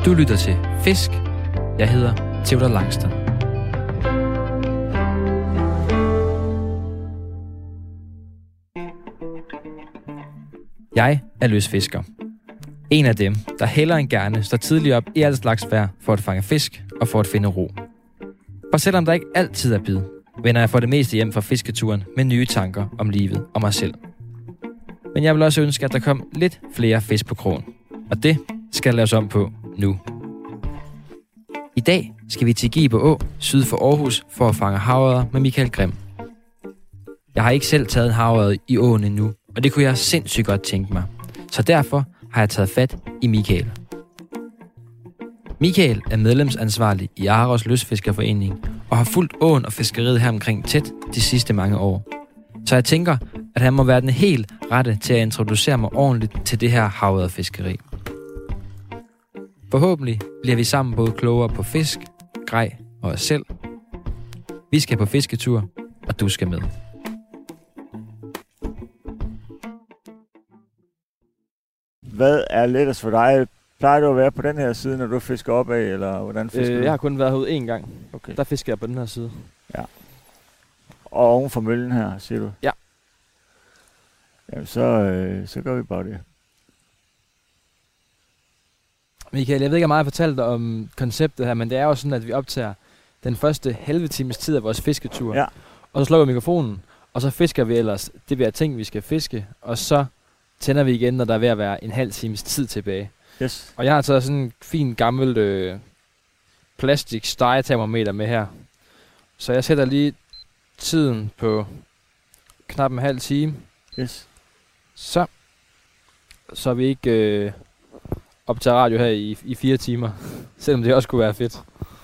Du lytter til Fisk. Jeg hedder Theodor Langster. Jeg er lystfisker. En af dem, der hellere end gerne står tidligt op i alt slags vejr for at fange fisk og for at finde ro. For selvom der ikke altid er bid, vender jeg for det meste hjem fra fisketuren med nye tanker om livet og mig selv. Men jeg vil også ønske, at der kom lidt flere fisk på krogen. Og det skal der laves om på nu. I dag skal vi til Gibe Å, syd for Aarhus, for at fange havørred med Michael Grimm. Jeg har ikke selv taget en havørred i åen endnu, og det kunne jeg sindssygt godt tænke mig. Så derfor har jeg taget fat i Michael. Michael er medlemsansvarlig i Aros Lystfiskerforening og har fulgt åen og fiskeriet her omkring tæt de sidste mange år. Så jeg tænker, at han må være den helt rette til at introducere mig ordentligt til det her havørredfiskeri. Forhåbentlig bliver vi sammen både klogere på fisk, grej og os selv. Vi skal på fisketur, og du skal med. Hvad er lettest for dig? Plejer du at være på den her side, når du fisker opad, eller hvordan fisker du? Jeg har kun været herude én gang. Okay. Der fisker jeg på den her side. Ja. Og oven for møllen her, siger du? Ja. Jamen, så gør vi bare det. Michael, jeg ved ikke, om jeg har fortalt dig om konceptet her, men det er jo sådan, at vi optager den første halve times tid af vores fisketur. Ja. Og så slukker vi mikrofonen, og så fisker vi ellers det, vi har tænkt, vi skal fiske. Og så tænder vi igen, når der er ved at være en halv times tid tilbage. Yes. Og jeg har taget sådan en fin gammel plastik stegetermometer med her. Så jeg sætter lige tiden på knap en halv time. Yes. Så vi ikke optager radio her i 4 timer. Selvom det også kunne være fedt.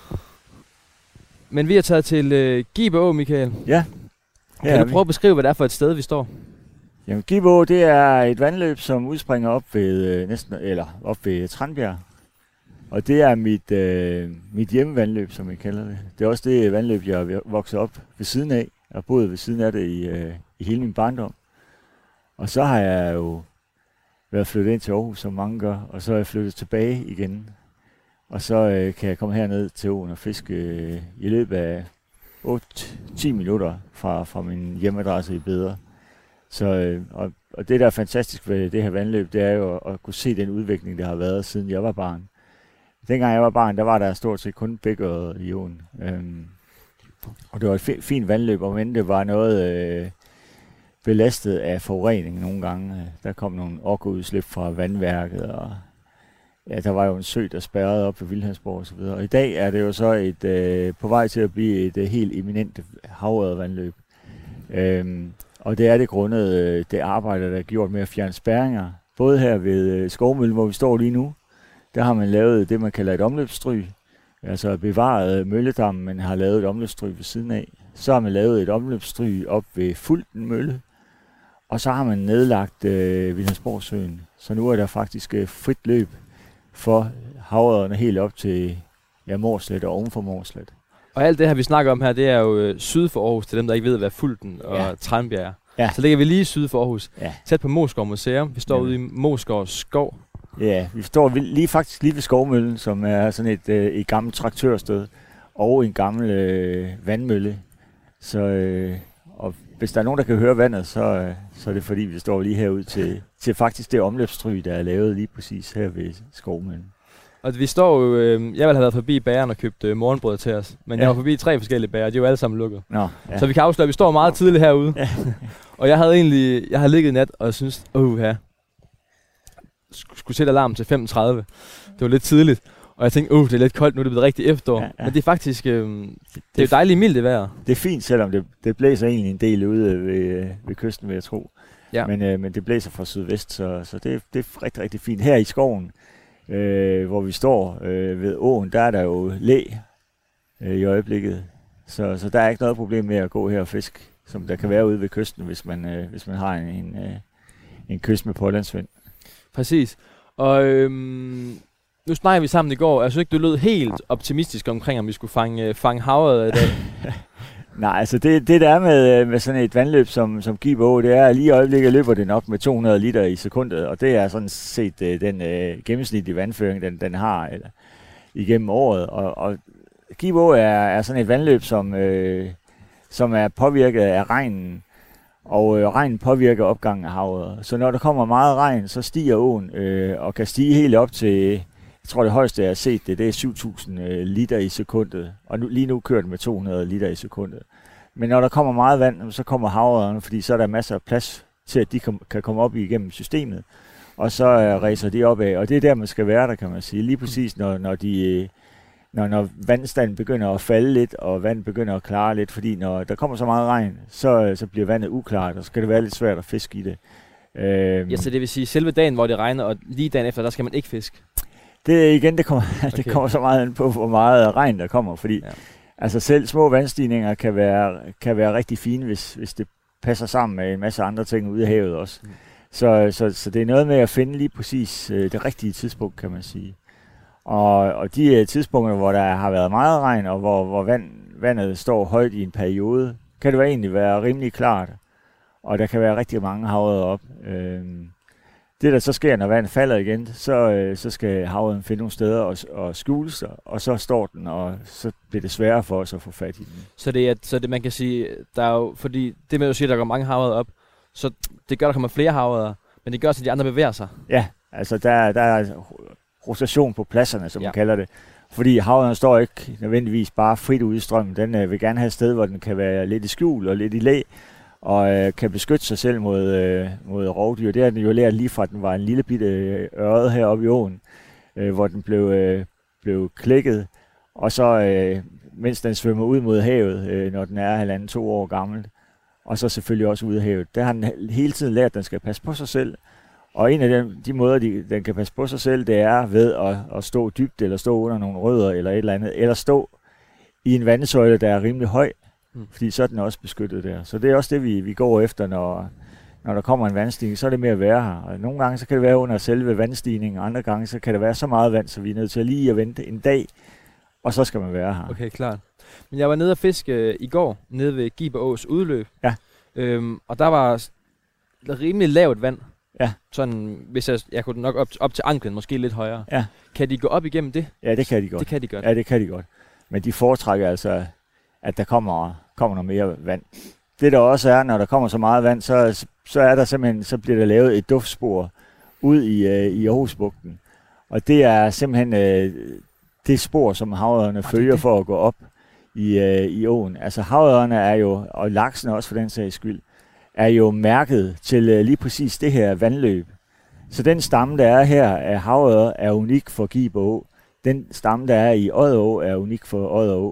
Men vi er taget til Gibe Å, Michael. Ja. Kan du prøve at beskrive, hvad det er for et sted, vi står? Jamen, Gibe Å, det er et vandløb, som udspringer op ved op ved Tranbjerg. Og det er mit hjemmevandløb, som jeg kalder det. Det er også det vandløb, jeg er vokset op ved siden af. Jeg har boet ved siden af det i hele min barndom. Og så har jeg jo været flyttet ind til Aarhus, som mange gør, og så er jeg flyttet tilbage igen. Og så kan jeg komme herned til åen og fiske i løbet af 8-10 minutter fra min hjemmeadresse i Bedre. Så, og det, der er fantastisk ved det her vandløb, det er jo at kunne se den udvikling, der har været, siden jeg var barn. Dengang jeg var barn, der var der stort set kun bækker i åen. Og det var et fint vandløb, og men det var noget belastet af forurening nogle gange. Der kom nogle okkerudslip fra vandværket, og ja, der var jo en sø, der spærrede op ved Vilhelmsborg og så videre. Og i dag er det jo så på vej til at blive et helt eminent havørredvandløb. Og det er det grundet det arbejde, der er gjort med at fjerne spærringer. Både her ved Skovmøllen, hvor vi står lige nu, der har man lavet det, man kalder et omløbsstryg. Altså bevaret mølledammen, men har lavet et omløbsstryg ved siden af. Så har man lavet et omløbsstryg op ved Fulten Mølle. Og så har man nedlagt Vilhelmsborgsøen. Så nu er der faktisk frit løb for havørrederne helt op til Mårslet og oven for Mårslet. Og alt det her, vi snakker om her, det er jo syd for Aarhus, til dem, der ikke ved, hvad Fulten og Tranbjerg er. Ja. Så ligger vi lige syd for Aarhus, tæt på Moesgaard Museum. Vi står ude i Moesgaard Skov. faktisk. Ja, vi står faktisk lige ved Skovmøllen, som er sådan et gammelt traktørsted, og en gammel vandmølle. Så og hvis der er nogen, der kan høre vandet, så er det fordi, vi står lige herude til faktisk det omløbsstryg, der er lavet lige præcis her ved Skovmøllen. Og vi står jo, jeg ville have været forbi bageren og købt morgenbrød til os, men jeg var forbi 3 forskellige bager, de er jo alle sammen lukket. Nå, ja. Så vi kan afsløre, at vi står meget tidligt herude. Ja. Og jeg havde ligget i nat og syntes, skulle sætte alarm til 5:30. Det var lidt tidligt. Og jeg tænkte, det er lidt koldt nu, det er blevet rigtig efterår. Ja. Men det er faktisk, det er jo dejligt mildt vejr. Det er fint, selvom det blæser egentlig en del ude ved kysten, vil jeg tro. Ja. Men det blæser fra sydvest, så det er rigtig, rigtig fint. Her i skoven, hvor vi står ved åen, der er der jo læ i øjeblikket. Så der er ikke noget problem med at gå her og fiske, som der kan være ude ved kysten, hvis man har en kyst med pålandsvind. Præcis. Og nu snakker vi sammen i går, og jeg synes ikke, du lød helt optimistisk omkring, om vi skulle fange havørred i dag. Nej, altså det der er med sådan et vandløb som Gibe Å, det er, at lige i øjeblikket løber det nok med 200 liter i sekundet, og det er sådan set den gennemsnitlige vandføring, den har igennem året. Og Gibe Å er sådan et vandløb, som er påvirket af regnen, og regnen påvirker opgangen af havet. Så når der kommer meget regn, så stiger åen og kan stige helt op til, jeg tror det højeste jeg har set det er 7.000 liter i sekundet, og lige nu kører det med 200 liter i sekundet. Men når der kommer meget vand, så kommer havørrederne, fordi så er der masser af plads til, at de kan komme op igennem systemet, og så ræser de opad, og det er der, man skal være der, kan man sige. Lige præcis når vandstanden begynder at falde lidt, og vandet begynder at klare lidt, fordi når der kommer så meget regn, så bliver vandet uklart, og så skal det være lidt svært at fiske i det. Ja, så det vil sige, selve dagen, hvor det regner, og lige dagen efter, der skal man ikke fiske? Det kommer så meget an på, hvor meget regn der kommer, fordi altså selv små vandstigninger kan være rigtig fine, hvis det passer sammen med en masse andre ting ude i havet også. Så det er noget med at finde lige præcis det rigtige tidspunkt, kan man sige. Og de tidspunkter, hvor der har været meget regn, og hvor vandet står højt i en periode, kan det egentlig være rimelig klart. Og der kan være rigtig mange havørreder op. Det der så sker, når vandet falder igen, så skal havørreden finde nogle steder og skjule sig, og så står den, og så bliver det sværere for os at få fat i den. Så det man kan sige, der er jo, fordi det med at sige, at der går mange havørreder op, så det gør, der kommer flere havørreder, men det gør, så de andre bevæger sig. Ja, altså der er rotation på pladserne, som man kalder det. Fordi havørreden står ikke nødvendigvis bare frit ude i strømmen. Den vil gerne have et sted, hvor den kan være lidt i skjul og lidt i læ, og kan beskytte sig selv mod rovdyr. Det har den jo lært lige fra, at den var en lille bitte ørred heroppe i åen, hvor den blev klækket, og så mens den svømmer ud mod havet, når den er 1,5-2 år gammel, og så selvfølgelig også ude af havet. Der har den hele tiden lært, at den skal passe på sig selv. Og en af de måder, den kan passe på sig selv, det er ved at stå dybt, eller stå under nogle rødder, eller et eller andet, eller stå i en vandsøjle, der er rimelig høj, fordi så er den også beskyttet der. Så det er også det, vi går efter, når der kommer en vandstigning, så er det med at være her. Og nogle gange så kan det være under selve vandstigningen, og andre gange så kan det være så meget vand, så vi er nødt til lige at vente en dag, og så skal man være her. Okay, klart. Men jeg var nede og fiske i går, nede ved Gibe Ås udløb, og der var rimelig lavt vand. Ja. Sådan, hvis jeg kunne nok op til anklen, måske lidt højere. Ja. Kan de gå op igennem det? Ja, det kan de godt. Det kan de godt. Ja, det kan de godt. Men de foretrækker altså, at der kommer noget mere vand. Det der også er, når der kommer så meget vand, så er der simpelthen, så bliver der lavet et duftspor ud i Aarhusbugten. Og det er simpelthen det spor, som havørrederne følger for at gå op i åen. Altså havørrederne er jo, og laksen også for den sags skyld, er jo mærket til lige præcis det her vandløb. Så den stamme, der er her af havørred, er unik for Gibe Å. Den stamme, der er i Odder Å, er unik for Odder Å.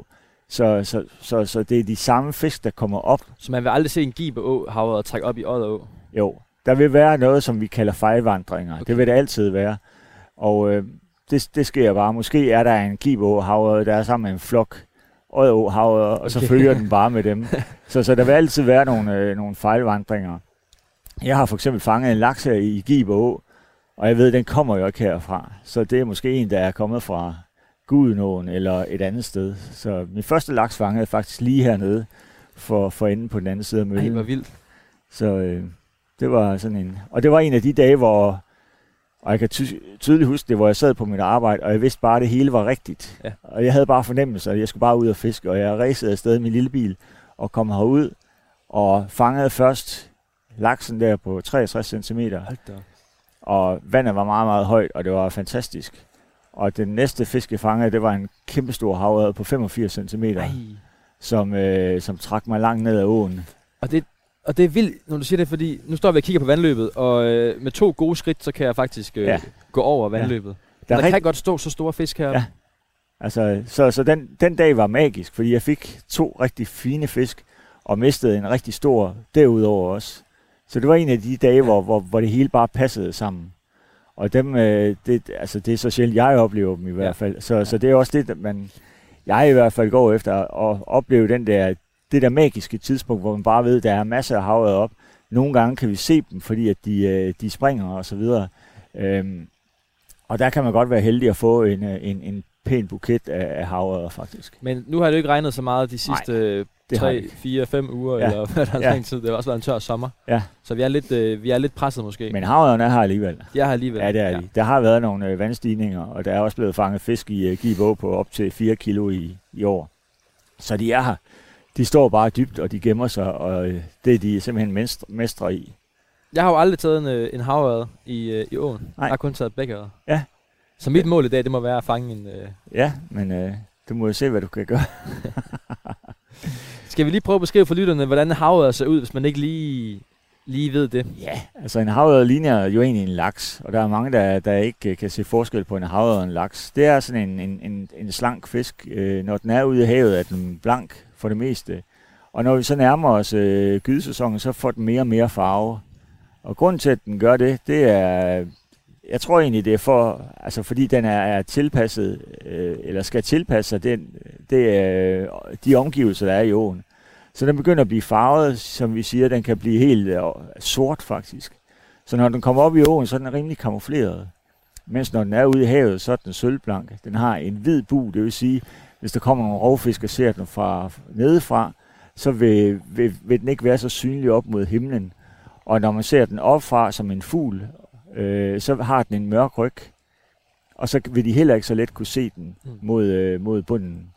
Så det er de samme fisk, der kommer op. Så man vil aldrig se en Gibe Å havørred trække op i Odder Å? Jo, der vil være noget, som vi kalder fejlvandringer. Okay. Det vil det altid være. Og det sker bare. Måske er der en Gibe Å havørred, der er sammen med en flok Odder Å havørred, og så følger den bare med dem. Så der vil altid være nogle fejlvandringer. Jeg har for eksempel fanget en laks her i Gibe Å, og jeg ved, den kommer jo ikke herfra. Så det er måske en, der er kommet fra Gudenåen eller et andet sted. Så min første laks fangede jeg faktisk lige hernede for enden på den anden side af møllen. Ej, hvor vildt. Så det var sådan en... Og det var en af de dage, hvor... Og jeg kan tydeligt huske det, hvor jeg sad på mit arbejde, og jeg vidste bare, at det hele var rigtigt. Ja. Og jeg havde bare fornemmelse, at jeg skulle bare ud og fiske, og jeg racede afsted i min lille bil og kom herud og fangede først laksen der på 63 cm. Og vandet var meget, meget højt, og det var fantastisk. Og den næste fisk, jeg fangede, det var en kæmpestor havørred på 85 cm, som trak mig langt ned ad åen. Og det er vildt, når du siger det, fordi nu står vi og kigger på vandløbet, og med 2 gode skridt, så kan jeg faktisk gå over vandløbet. Ja. Der kan godt stå så store fisk her. Ja. Altså, så den dag var magisk, fordi jeg fik 2 rigtig fine fisk, og mistede en rigtig stor derudover også. Så det var en af de dage, hvor det hele bare passede sammen. Og dem, det er så sjældent, jeg oplever dem i hvert fald. Så det er også det, jeg i hvert fald går efter, at opleve det der magiske tidspunkt, hvor man bare ved, at der er masser af havørred op. Nogle gange kan vi se dem, fordi at de springer og så videre. Og der kan man godt være heldig at få en pæn buket af havørred faktisk. Men nu har det jo ikke regnet så meget de sidste 3, 4, 5 uger, eller hvad der er lang tid. Det har også været en tør sommer. Ja. Så vi er lidt presset måske. Men havørrederne er her alligevel. De er her alligevel. Ja, det er de. Der har været nogle vandstigninger, og der er også blevet fanget fisk i Gibe Å på op til 4 kilo i år. Så de er her. De står bare dybt, og de gemmer sig, og det er de simpelthen mestre i. Jeg har jo aldrig taget en havørred i åen. Nej. Jeg har kun taget bækørred. Ja. Så mit mål i dag, det må være at fange en... Ja, men du må jo se, hvad du kan gøre. Skal vi lige prøve at beskrive for lytterne, hvordan en havørred ser ud, hvis man ikke lige ved det? Ja, altså en havørred ligner jo egentlig en laks, og der er mange, der ikke kan se forskel på en havørred og en laks. Det er sådan en slank fisk. Når den er ude i havet, er den blank for det meste. Og når vi så nærmer os gydesæsonen, så får den mere og mere farve. Og grunden til, at den gør det, det er... Jeg tror egentlig, det er fordi den er tilpasset, eller skal tilpasse sig de omgivelser, der er i åen. Så den begynder at blive farvet, som vi siger, den kan blive helt sort faktisk. Så når den kommer op i åen, så er den rimelig kamufleret. Mens når den er ude i havet, så er den sølvblank. Den har en hvid bug, det vil sige, hvis der kommer nogle rovfisk og ser den fra nedefra, så vil den ikke være så synlig op mod himlen. Og når man ser den opfra som en fugl, så har den en mørk ryg, og så vil de heller ikke så let kunne se den mod bunden.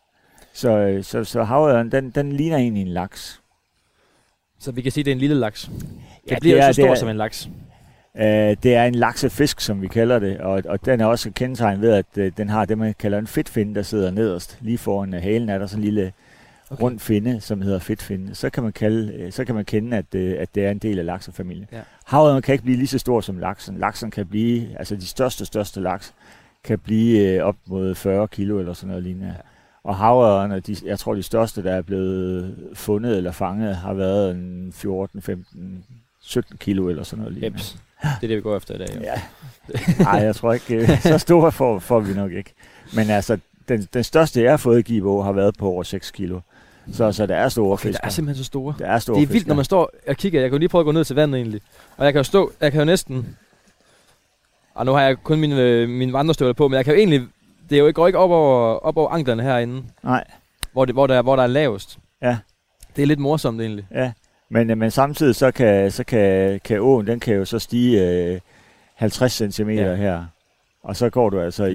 Så havørreden, den ligner egentlig en laks. Så vi kan sige, at det er en lille laks. Det bliver jo så stor som en laks. Det er en laksefisk, som vi kalder det, og den er også kendetegnet ved, at den har det, man kalder en fedtfinde, der sidder nederst. Lige foran halen er der sådan en lille rund finde, som hedder fedtfinde. Så kan man kende, at det er en del af laksefamilien. Ja. Havørreden kan ikke blive lige så stor som laksen. Laksen kan blive, altså de største laks, kan blive op mod 40 kilo eller sådan noget lignende. Ja. Og havørrederne, jeg tror de største, der er blevet fundet eller fanget, har været en 14, 15, 17 kilo eller sådan noget lignende. Jeps. Det er det, vi går efter i dag. Jo. Ja. Nej, jeg tror ikke, så store får vi nok ikke. Men altså, den største, jeg har fået i Gibe Å, har været på over 6 kilo. Så der er store fisk. Det er simpelthen så store. Det er vildt, fisker. Når man står og kigger. Jeg kan lige prøve at gå ned til vandet egentlig. Og jeg kan jo næsten... Og nu har jeg kun mine vandrestøvler på, men jeg kan jo egentlig... Det går ikke op over anklerne herinde. Nej. Hvor der er lavest. Ja. Det er lidt morsomt egentlig. Ja. Men samtidig så kan åen, den kan jo så stige 50 cm her. Og så går du altså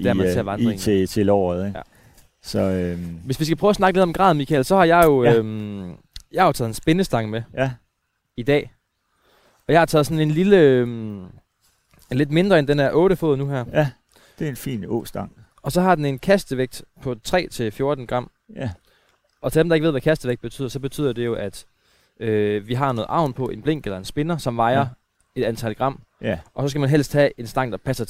til låret, ikke? Ja. Så, hvis vi skal prøve at snakke lidt om graden, Michael, så har jeg jo, jeg har jo taget en spændestang med i dag. Og jeg har taget sådan en lille, en lidt mindre end den er 8 fod nu her. Ja, det er en fin åstang. Og så har den en kastevægt på 3-14 gram. Ja. Og til dem, der ikke ved, hvad kastevægt betyder, så betyder det jo, at vi har noget avn på, en blink eller en spinner, som vejer et antal gram. Ja. Og så skal man helst have en stang, der passer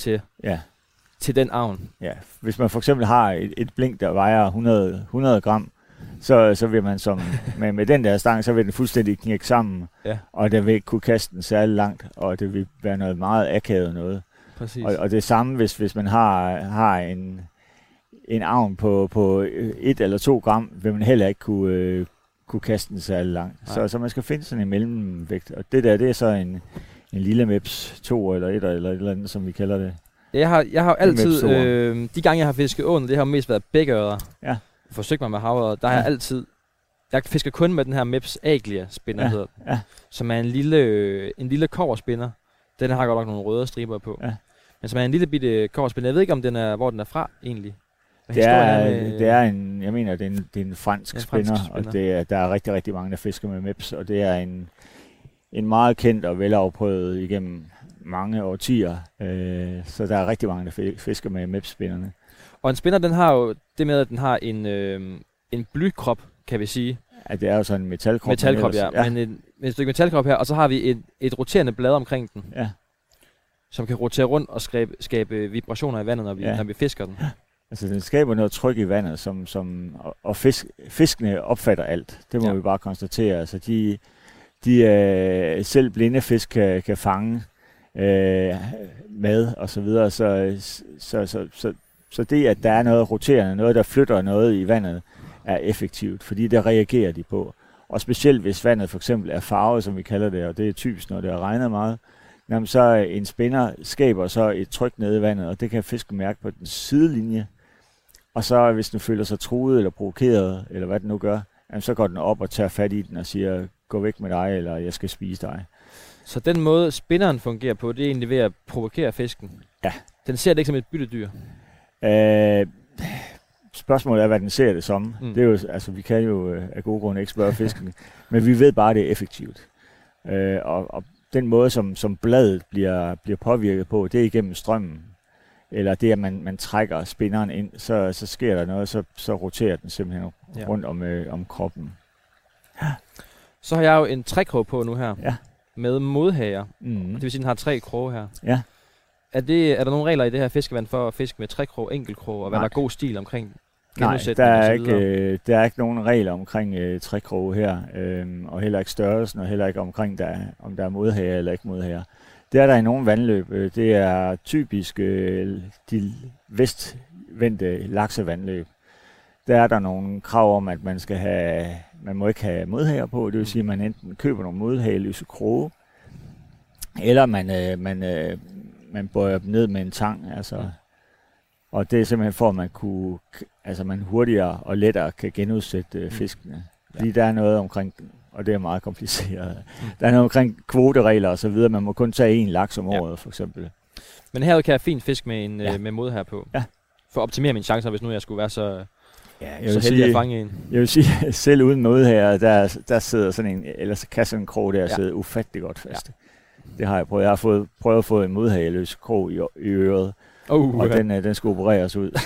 til den avn. Ja, hvis man for eksempel har et blink, der vejer 100 gram, så vil man med den der stang, så vil den fuldstændig knække sammen, og den vil ikke kunne kaste den særlig langt, og det vil være noget meget akavet noget. Præcis. Og det samme, hvis man har en avn på 1 eller 2 gram, vil man heller ikke kunne kaste den særlig langt. Så man skal finde sådan en mellemvægt, og det er så en lille Meps 2 eller 1 eller et eller andet, som vi kalder det. Jeg har altid, de gange jeg har fisket åen, det har mest været bækørreder. Ja. Forsøgt mig med havørreder. Der har jeg altid, jeg fisker kun med den her Meps Aglia spinner, hedder den, som er en lille kobberspinner. Den har godt nok nogle røde striber på. Ja. Men som er en lille bitte kobberspinner. Jeg ved ikke, hvor den er fra egentlig. Det er en fransk spinner, og der er rigtig, rigtig mange, der fisker med Meps, og det er en meget kendt og velafprøvet igennem mange årtier, så der er rigtig mange, der fisker med Meps-spinnerne. Og en spinner, den har jo det med, at den har en blykrop, kan vi sige. Ja, det er jo sådan en metalkrop. Metalkrop, ja. Men et stykke metalkrop her, og så har vi et roterende blad omkring den, som kan rotere rundt og skabe vibrationer i vandet, når vi fisker den. Altså, den skaber noget tryk i vandet, og fiskene opfatter alt. Det må vi bare konstatere. Altså, de selv blinde fisk kan fange mad og så videre, så det, at der er noget roterende, noget der flytter noget i vandet, er effektivt, fordi det reagerer de på. Og specielt hvis vandet for eksempel er farvet, som vi kalder det, og det er typisk, når det har regnet meget, jamen så en spinner skaber så et tryk nede i vandet, og det kan fisken mærke på den sidelinje. Og så hvis den føler sig truet eller provokeret, eller hvad den nu gør, så går den op og tager fat i den og siger, gå væk med dig, eller jeg skal spise dig. Så den måde, spinneren fungerer på, det er egentlig ved at provokere fisken? Ja. Den ser det ikke som et byttedyr? Spørgsmålet er, hvad den ser det som. Det er jo, altså, vi kan jo af gode grunde ikke spørge fisken, men vi ved bare, at det er effektivt. Og den måde, som bladet bliver påvirket på, det er igennem strømmen. Eller det, at man trækker spinneren ind, så sker der noget, så roterer den simpelthen rundt om kroppen. Så har jeg jo en trækrog på nu her, med modhager. Mm. Det vil sige, den har 3 kroge her. Ja. Er der nogle regler i det her fiskevand for at fiske med trækrog, enkeltkrog, og hvad der er god stil omkring genudsætning? Nej, der er ikke nogen regler omkring trækroge her, og heller ikke størrelsen, og heller ikke omkring, om der er modhager eller ikke modhager. Det er der i nogle vandløb. Det er typisk de vestvendte laksevandløb. Der er der nogle krav om, at man må ikke have modhager på. Det vil sige, at man enten køber nogle modhageløse kroge, eller man bøjer dem ned med en tang. Altså. Og det er simpelthen for, at man hurtigere og lettere kan genudsætte fiskene. Fordi der er noget omkring, og det er meget kompliceret. Der er noget omkring kvoteregler og så videre. Man må kun tage 1 laks om året, for eksempel. Men her kan jeg fint fiske med modhager på. Ja. For at optimere mine chancer, hvis nu jeg skulle være så heldig at fange en. Jeg vil sige, selv uden modhager, der sidder sådan en, eller så kan sådan en krog der sidde ufattelig godt fast. Ja. Det har jeg prøvet. Jeg har prøvet at få en modhageløs krog i øret. Og den skal opereres ud.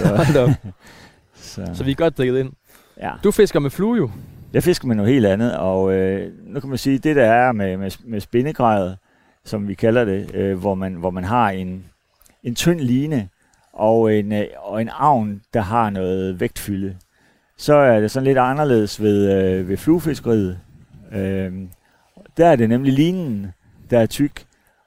Så vi er godt dækket ind. Ja. Du fisker med flue jo. Jeg fisker med noget helt andet, og nu kan man sige, det der er med spindegrædet, som vi kalder det, hvor man har en tynd line og en avn, der har noget vægtfylde, så er det sådan lidt anderledes ved fluefiskeriet. Der er det nemlig linen, der er tyk,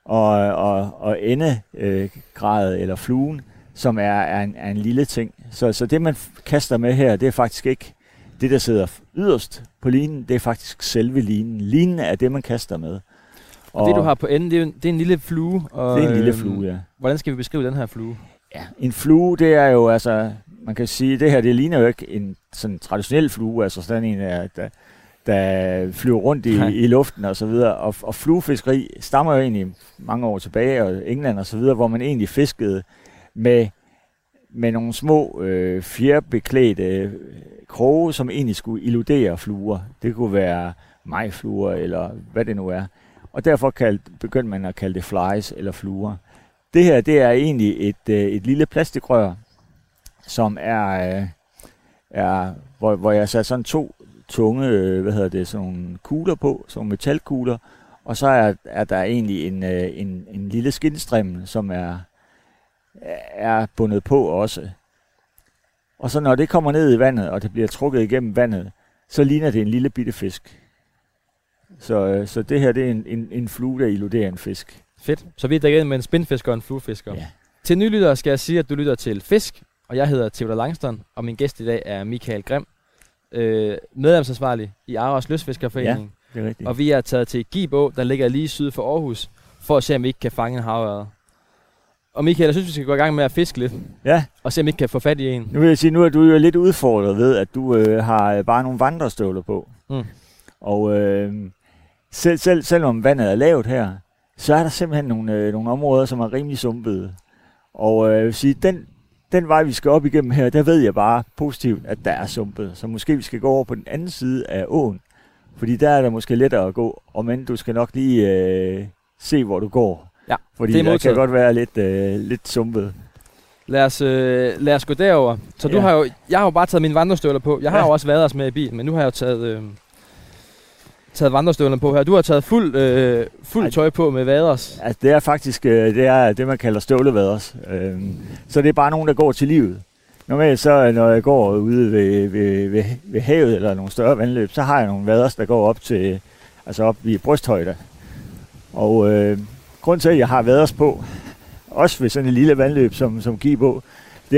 og endegradet eller fluen, som er en lille ting. Så det, man kaster med her, det er faktisk ikke det, der sidder yderst på linen, det er faktisk selve linen. Linen er det, man kaster med. Og det, du har på enden, det er en lille flue. Og, det er en lille flue, ja. Hvordan skal vi beskrive den her flue? Ja, en flue, det er jo altså, man kan sige, det her, det ligner jo ikke en sådan traditionel flue, altså sådan en, der flyver rundt i luften og så videre. Og fluefiskeri stammer jo egentlig mange år tilbage, og England og så videre, hvor man egentlig fiskede med nogle små fjerbeklædte kroge, som egentlig skulle illudere fluer. Det kunne være majfluer, eller hvad det nu er. Og derfor begyndte man at kalde det flies, eller fluer. Det her, det er egentlig et lille plastikrør, som hvor jeg satte sådan 2 tunge, sådan nogle kugler på, sådan metalkugler, og så er der egentlig en lille skinstrimmel, som er bundet på også. Og så når det kommer ned i vandet, og det bliver trukket igennem vandet, så ligner det en lille bitte fisk. Så det her, det er en flue, der illuderer en fisk. Fedt. Så vi er dækket med en spindfisker og en fluefisker. Ja. Til nylyttere skal jeg sige, at du lytter til Fisk, og jeg hedder Theodor Langston, og min gæst i dag er Michael Grimm, medlemsansvarlig i Aros Lystfiskerforening. Ja, det er rigtigt. Og vi er taget til Gibå, der ligger lige syd for Aarhus, for at se, om vi ikke kan fange en havørred. Og Michael, jeg synes, vi skal gå i gang med at fiske lidt. Ja. Og se, om vi ikke kan få fat i en. Nu vil jeg sige, nu er du jo lidt udfordret ved, at du har bare nogle vandrestøvler på. Og selvom vandet er lavt her, så er der simpelthen nogle områder, som er rimelig sumpede. Og jeg vil sige, den vej, vi skal op igennem her, der ved jeg bare positivt, at der er sumpet. Så måske vi skal gå over på den anden side af åen. Fordi der er der måske lettere at gå, men du skal nok lige se, hvor du går. Ja, fordi det kan godt være lidt sumpet. Lad os gå derover. Så jeg har jo bare taget mine vandrestøvler på. Jeg har jo også været med i bilen, men nu har jeg jo taget vandrestøvlerne på her. Du har taget fuld tøj på med vaders. Altså, det er faktisk det, man kalder støvlevaders. Så det er bare nogen, der går til livet. Normalt så, når jeg går ude ved havet eller nogle større vandløb, så har jeg nogle vaders, der går op i brysthøjde. Og grund til, at jeg har vaders på, også ved sådan et lille vandløb som Gibå, det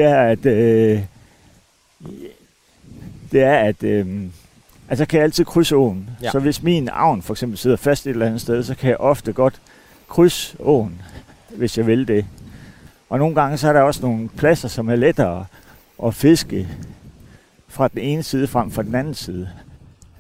er, at altså kan jeg altid krydse åen. Ja. Så hvis min avn for eksempel sidder fast et eller andet sted, så kan jeg ofte godt krydse åen, hvis jeg vil det. Og nogle gange så er der også nogle pladser, som er lettere at fiske fra den ene side frem fra den anden side.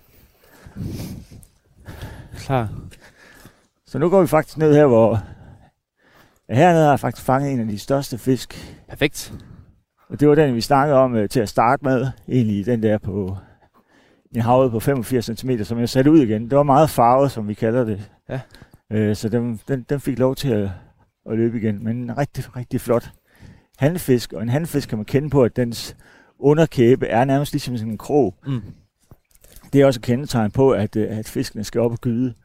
Klar. Så nu går vi faktisk ned her, hvor... Hernede har jeg faktisk fanget en af de største fisk. Perfekt. Og det var den, vi snakkede om til at starte med. Egentlig den der på en havet på 85 cm, som jeg satte ud igen. Det var meget farvet, som vi kalder det. Ja. Så den fik lov til at løbe igen. Men en rigtig, rigtig flot hanfisk. Og en hanfisk kan man kende på, at dens underkæbe er nærmest ligesom sådan en krog. Mm. Det er også et kendetegn på, at fiskene skal op og gyde.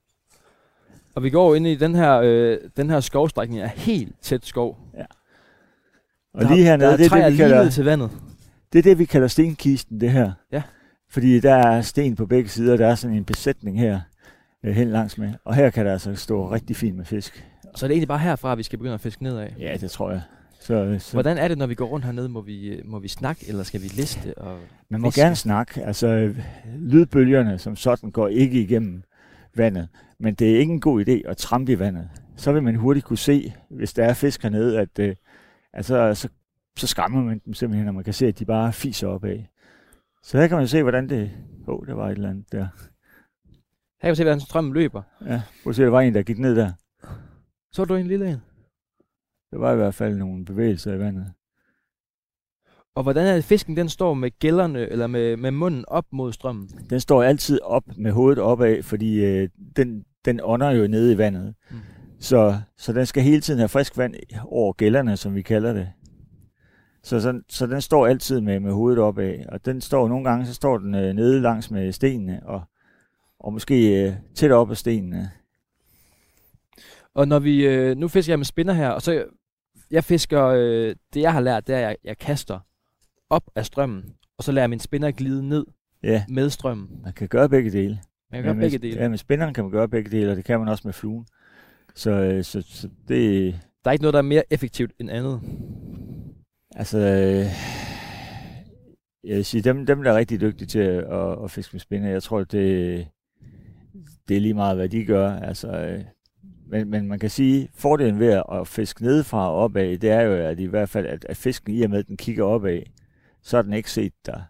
Og vi går ind i den her skovstrækning, er helt tæt skov. Ja. Og lige hernede, det er det, vi kalder til vandet. Det er det, vi kalder stenkisten, det her. Ja. Fordi der er sten på begge sider, der er sådan en besætning her hen langs med. Og her kan der altså stå rigtig fint med fisk. Så er det egentlig bare herfra, vi skal begynde at fiske nedad? Ja, det tror jeg. Så. Hvordan er det, når vi går rundt hernede? Må vi snakke, eller skal vi liste? Man må gerne snakke. Altså, lydbølgerne som sådan går ikke igennem vandet. Men det er ikke en god idé at trampe i vandet. Så vil man hurtigt kunne se, hvis der er fisk hernede, at så skræmmer man dem simpelthen, og man kan se, at de bare fiser opad. Så her kan man se, hvordan det... der var et eller andet der. Her kan man se, hvordan strømmen løber. Ja, prøv at se, der var en, der gik ned der. Så du en lille en? Der var i hvert fald nogle bevægelser i vandet. Og hvordan er det, fisken den står med gællerne, eller med munden op mod strømmen? Den står altid op med hovedet opad, fordi den ånder jo nede i vandet. Mm. Så den skal hele tiden have frisk vand over gællerne, som vi kalder det. Så den står altid med hovedet opad. Og den står nogle gange, så står den nede langs med stenene, og måske tæt op ad stenene. Og når vi nu fisker jeg med spinner her, og så jeg fisker, det jeg har lært, det er, at jeg kaster op af strømmen, og så lader jeg min spinner glide ned med strømmen. Man kan gøre begge dele. Begge dele. Ja, med spinneren kan man gøre begge dele, og det kan man også med fluen. Så det... Der er ikke noget, der er mere effektivt end andet? Altså, jeg vil sige, dem der er rigtig dygtige til at fiske med spinner, jeg tror, det er lige meget, hvad de gør. Altså, men man kan sige, fordelen ved at fiske nedefra og opad, det er jo, at i hvert fald, at fisken i og med, at den kigger opad, så har den ikke set der.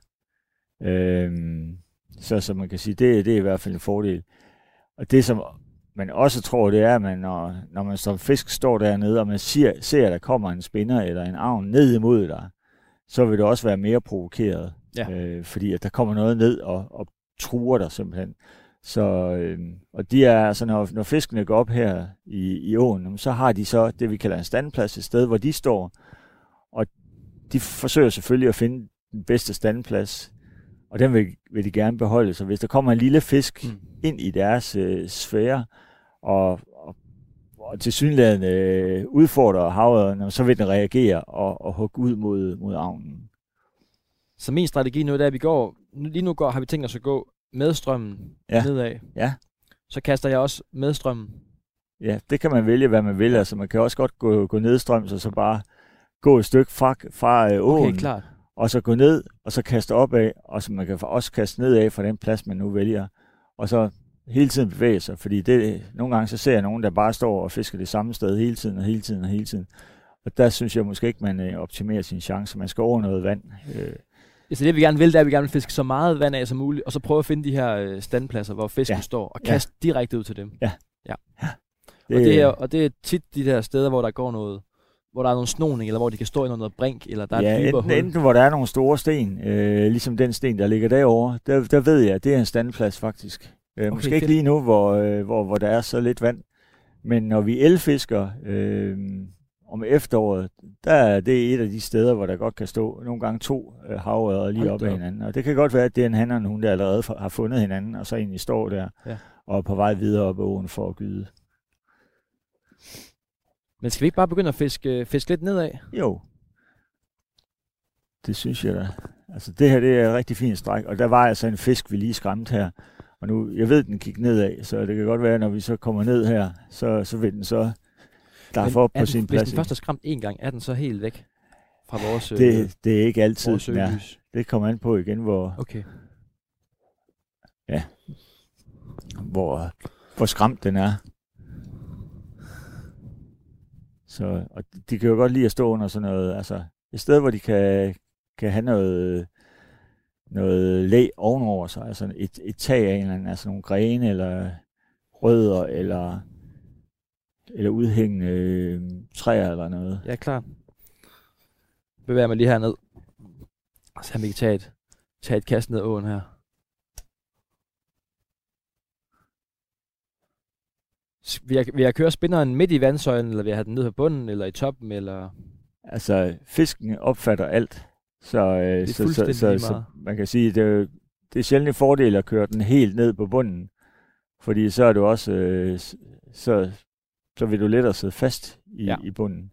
Så man kan sige, det er i hvert fald en fordel. Og det, som man også tror, det er, at når man som fisk står dernede, og man ser, at der kommer en spinner eller en agn ned imod dig, så vil det også være mere provokeret. Ja. Fordi at der kommer noget ned og truer dig simpelthen. Så, og de er, altså når fiskene går op her i åen, så har de så det, vi kalder en standplads, et sted, hvor de står. Og de forsøger selvfølgelig at finde den bedste standplads, og den vil de gerne beholde. Så hvis der kommer en lille fisk ind i deres sfære, og tilsyneladende udfordrer havet, så vil den reagere og hugge ud mod agnen. Så min strategi nu er, at vi har vi tænkt os at gå med strømmen nedad. Ja. Så kaster jeg også med strømmen. Ja, det kan man vælge, hvad man vil. Altså, man kan også godt gå nedstrøms, og så bare gå et stykke fra åen. Okay, klart. Og så gå ned, og så kaste opad, og så man kan også kaste nedad fra den plads, man nu vælger. Og så hele tiden bevæge sig, fordi nogle gange så ser jeg nogen, der bare står og fisker det samme sted hele tiden. Og der synes jeg måske ikke, man optimerer sin chance. Man skal over noget vand. Så det vi gerne vil, det er, at vi gerne vil fiske så meget vand af som muligt, og så prøve at finde de her standpladser, hvor fisken står, og kaste direkte ud til dem. Ja. Og det er tit de der steder, hvor der går noget, hvor der er nogle snoning, eller hvor de kan stå i noget brink, eller der er et dybere hul. Enten hvor der er nogle store sten, ligesom den sten, der ligger derovre, der ved jeg, at det er en standplads faktisk. Måske ikke lige nu, hvor der er så lidt vand, men når vi elfisker om efteråret, det er et af de steder, hvor der godt kan stå nogle gange 2 havørreder lige op ad hinanden. Og det kan godt være, at det er en han og en hun, der allerede har fundet hinanden, og så egentlig står der og er på vej videre op ad åen for at gyde. Men skal vi ikke bare begynde at fiske lidt nedad? Jo. Det synes jeg da. Altså det her, det er et rigtig fint stræk, og der var altså en fisk, vi lige skræmte her. Og nu, jeg ved, den gik nedad, så det kan godt være, når vi så kommer ned her, så vil den så derfor på sin plads. Hvis den først er skræmt en gang, er den så helt væk fra vores det er ikke altid. Ja, det kommer an på igen, hvor... Okay. Ja. Hvor skræmt den er. Så, og de kan jo godt lide at stå under sådan noget, altså et sted, hvor de kan have noget noget læ ovenover sig, altså et tag af en eller anden, altså nogle grene eller rødder eller udhængende træer eller noget. Ja, klar. Bevæger mig lige herned. Så kan vi tage et kast ned åen her. Vil jeg køre spinderen midt i vandsøjlen, eller vil jeg have den ned på bunden, eller i toppen, eller? Altså, fisken opfatter alt. Så man kan sige, det er sjældent en fordel at køre den helt ned på bunden. Fordi så er du også, så vil du lettere sidde fast i bunden.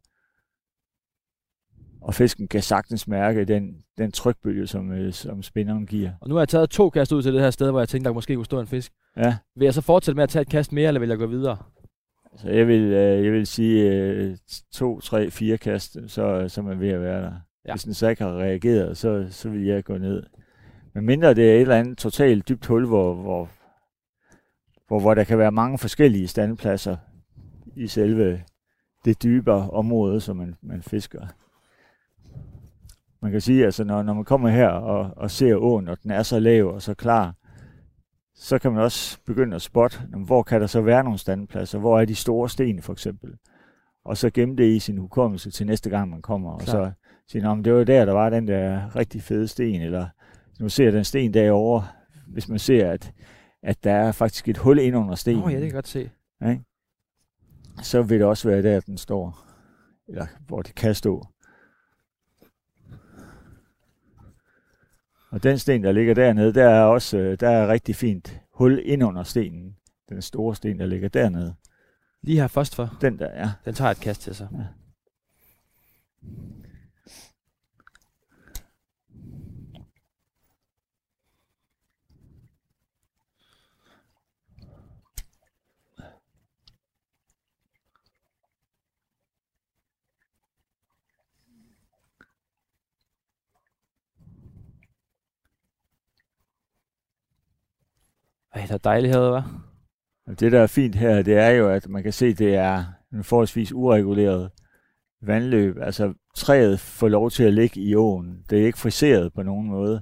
Og fisken kan sagtens mærke den trykbølge, som spinderen giver. Og nu har jeg taget 2 kast ud til det her sted, hvor jeg tænkte, der måske kunne stå en fisk. Ja. Vil jeg så fortsætte med at tage et kast mere, eller vil jeg gå videre? Altså, jeg vil sige 2, 3, 4 kast, så er man ved at være der. Ja. Hvis den så ikke har reageret, så vil jeg gå ned. Men mindre det er et eller andet totalt dybt hul, hvor der kan være mange forskellige standpladser i selve det dybere område, som man fisker. Man kan sige, altså når man kommer her og ser åen, og den er så lav og så klar, så kan man også begynde at spotte, hvor kan der så være nogle standpladser, hvor er de store sten for eksempel, og så gemme det i sin hukommelse til næste gang man kommer, og så sige, det var der var den der rigtig fede sten, eller nu ser den sten derovre, hvis man ser, at der er faktisk et hul ind under stenen. Ja, det kan jeg godt se. Ja, så vil det også være der, den står, eller hvor det kan stå. Og den sten, der ligger dernede, der er rigtig fint hul ind under stenen. Den store sten, der ligger dernede. Lige her først for? Den der, ja. Den tager et kast til sig. Ja. Ej, det er dejligt herude, hva'? Det, der er fint her, det er jo, at man kan se, det er en forholdsvis ureguleret vandløb. Altså, træet får lov til at ligge i åen. Det er ikke friseret på nogen måde.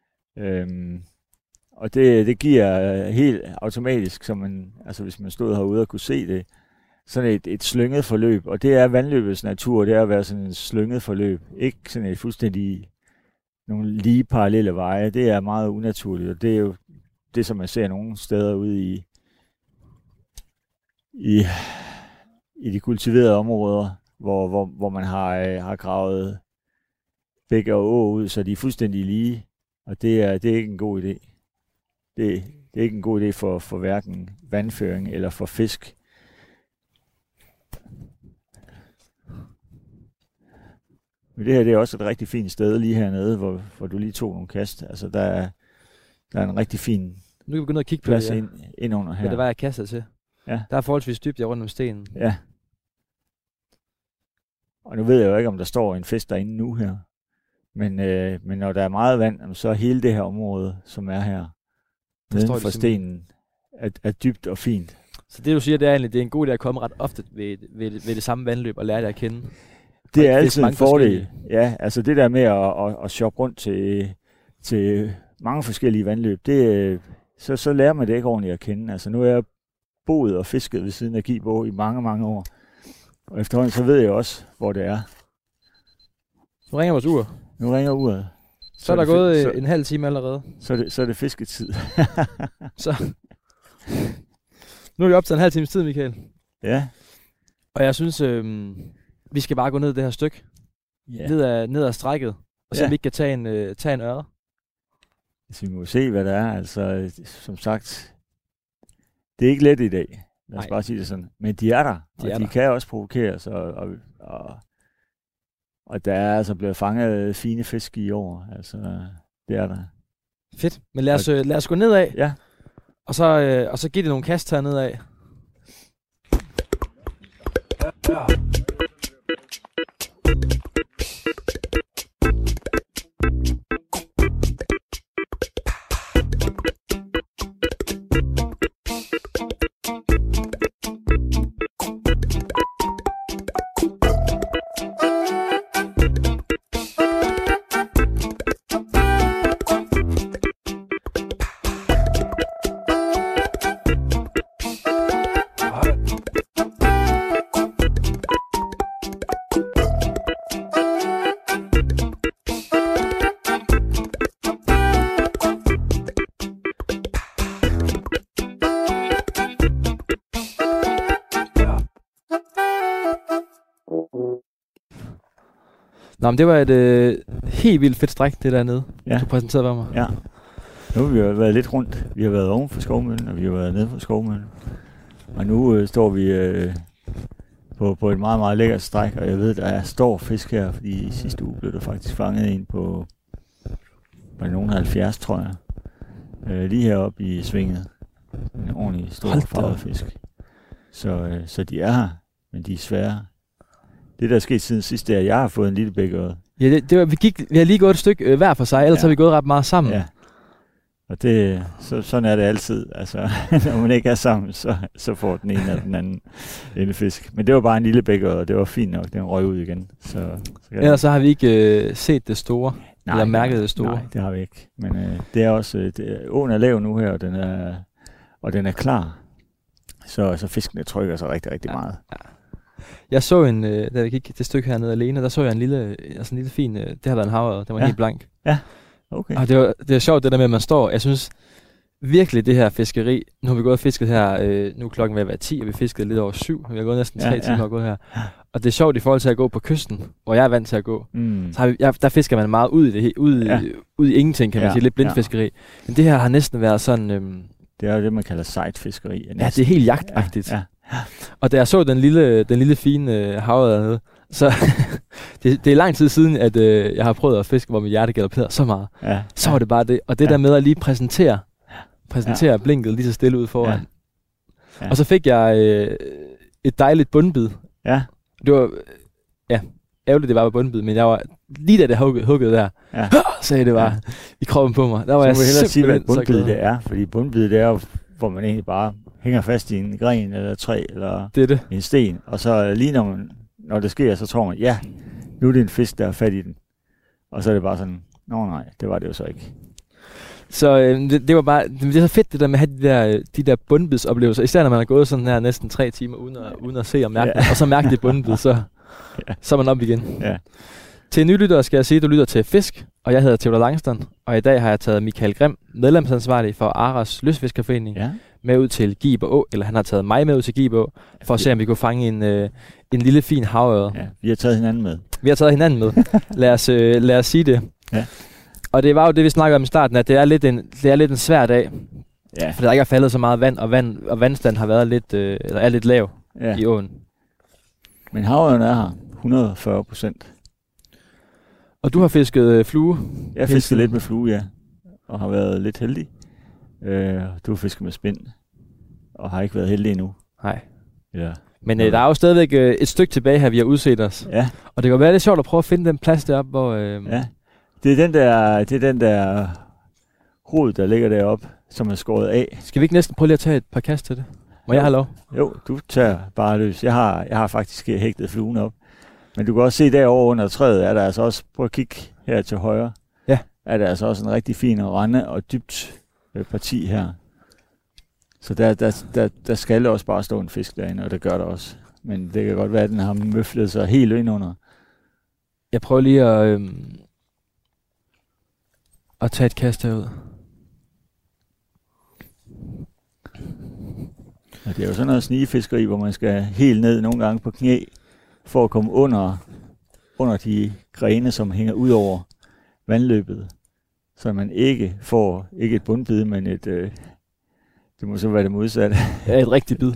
Og det giver helt automatisk, altså hvis man stod herude og kunne se det, sådan et slynget forløb. Og det er vandløbets natur, det er at være sådan et slynget forløb. Ikke sådan et fuldstændig nogle lige parallelle veje. Det er meget unaturligt, og det er jo det, som man ser nogle steder ude i de kultiverede områder, hvor man har gravet bæk og å ud, så de er fuldstændig lige. Og det er ikke en god idé. Det er ikke en god idé for hverken vandføring eller for fisk. Men det her, det er også et rigtig fint sted lige hernede, hvor du lige tog nogle kast. Altså der er en rigtig fin nu kan vi begynde at kigge på plads det, ind under her. Det var jeg kastet til. Ja. Der er forholdsvis dybt rundt om stenen. Ja. Og nu ved jeg jo ikke, om der står en fisk derinde nu her. Men når der er meget vand, så er hele det her område, som er her, neden for stenen, er dybt og fint. Så det du siger, det er egentlig, det er en god idé at komme ret ofte ved det samme vandløb og lære det at kende. Det er altid en fordel. Ja, altså det der med at shoppe rundt til mange forskellige vandløb, så lærer man det ikke ordentligt at kende. Altså nu er jeg boet og fisket ved siden af Gibo i mange, mange år. Og efterhånden så ved jeg også, hvor det er. Nu ringer vores ur. Nu ringer uret. Så er der gået en halv time allerede. Så er det fisketid. Så. Nu er vi op til en halv times tid, Michael. Ja. Og jeg synes, vi skal bare gå ned det her stykke. Yeah. Ned ad strækket. Og så vi ikke kan tage en øre. Så vi må se, hvad der er. Altså, som sagt, det er ikke let i dag. Lad os bare sige det sådan. Men de er der. De kan også provokeres. Og der er altså blevet fanget fine fisk i år. Altså, det er der. Fedt. Men lad os gå nedad. Ja. Og så giv det nogle kast her nedad. Ja. Nå, men det var et helt vildt fedt stræk, det dernede, du præsenterede for mig. Ja. Nu har vi jo været lidt rundt. Vi har været oven for Skovmøllen, og vi har været nede for Skovmøllen. Og nu står vi på et meget, meget lækkert stræk, og jeg ved, der er stor fisk her, fordi i sidste uge blev der faktisk fanget en på nogen 70, tror jeg. Lige heroppe i svinget. En ordentlig stor farvet fisk. Så de er her, men de er svære. Det, der er sket siden sidst, er, at jeg har fået en lille bækørred. Ja, vi har lige gået et stykke hver for sig, ellers har vi gået ret meget sammen. Ja. Og sådan er det altid. Altså, når man ikke er sammen, så får den ene eller den anden en fisk. Men det var bare en lille bækørred, og det var fint nok. Den røg ud igen. Ellers så har vi ikke set det store. Nej, eller mærket det store. Nej, det har vi ikke. Men det er også... åen er lav nu her, og den er klar. Så fiskene trykker sig rigtig, rigtig meget. Ja. Jeg så da vi gik det stykke hernede alene, der så jeg en lille fin... det har været en havørred. Den var helt blank. Ja. Okay. Og det er sjovt det der med, at man står... Jeg synes virkelig det her fiskeri... Nu har vi gået og fisket her... nu er klokken ved at være 10, og vi fiskede lidt over 7. Vi har gået næsten 3 timer og gået her. Og det er sjovt i forhold til at gå på kysten, hvor jeg er vant til at gå. Så der fisker man meget ud i det ud i ingenting, kan man sige. Lidt blindfiskeri. Men det her har næsten været sådan... det er jo det, man kalder sejtfiskeri. Ja, det er helt jagtagtigt. Ja. Og da jeg så den lille fine havørred dernede, så det er lang tid siden, at jeg har prøvet at fiske, hvor mit hjerte galopperer så meget. Ja. Så var det bare det. Og det der med at lige præsentere blinket lige så stille ud foran. Ja. Og så fik jeg et dejligt bundbid. Ja. Det var ærgerligt, det var på bundbid, men jeg var lige da det huggede der, sagde det bare i kroppen på mig. Der var så jeg hellere sige, hvad bundbid det er, fordi bundbid det er jo, hvor man egentlig bare hænger fast i en gren eller træ eller en sten, og så lige når det sker, så tror man, nu er det en fisk, der er fat i den. Og så er det bare sådan, nej, det var det jo så ikke. Så det var bare, det er så fedt det der med at have de der bundbidsoplevelser, især når man har gået sådan her næsten 3 timer uden at se og mærke det, og så mærke det bundbid, så er man op igen. Ja. Til nye lyttere skal jeg sige, at du lytter til Fisk, og jeg hedder Theodor Langston, og i dag har jeg taget Michael Grimm, medlemsansvarlig for Aras Lystfiskerforening, med ud til Giber Å, eller han har taget mig med ud til Giber Å, for at se, om vi kunne fange en lille fin havørred. Ja, vi har taget hinanden med. Lad os sige det. Ja. Og det var jo det, vi snakkede om i starten, at det er lidt en svær dag. Ja. For der ikke er faldet så meget vand, og vandstanden har været lidt, eller er lidt lav i åen. Men havørreden er her 140%. Og du har fisket flue? Jeg har fisket lidt med flue, og har været lidt heldig. Du har fisket med spind, og har ikke været heldig endnu. Nej. Ja. Men der er jo stadigvæk et stykke tilbage her, vi har udset os. Ja. Og det kan være lidt sjovt at prøve at finde den plads deroppe, hvor... Ja, det er den der rod, der ligger deroppe, som er skåret af. Skal vi ikke næsten prøve lige at tage et par kast til det? Må jeg have lov? Jo, du tager bare løs. Jeg har faktisk hægtet fluen op. Men du kan også se derovre under træet, er der altså også, prøv at kigge her til højre, er der altså også en rigtig fin rande og dybt parti her. Så der skal også bare stå en fisk derinde, og det gør der også. Men det kan godt være, at den har møflet sig helt ind under. Jeg prøver lige at tage et kast herud. Og det er jo sådan noget snigefiskeri, hvor man skal helt ned nogle gange på knæ, for at komme under de grene, som hænger ud over vandløbet. Så man ikke får ikke et bundbid, men det må så være det modsatte. Ja, et rigtigt bid.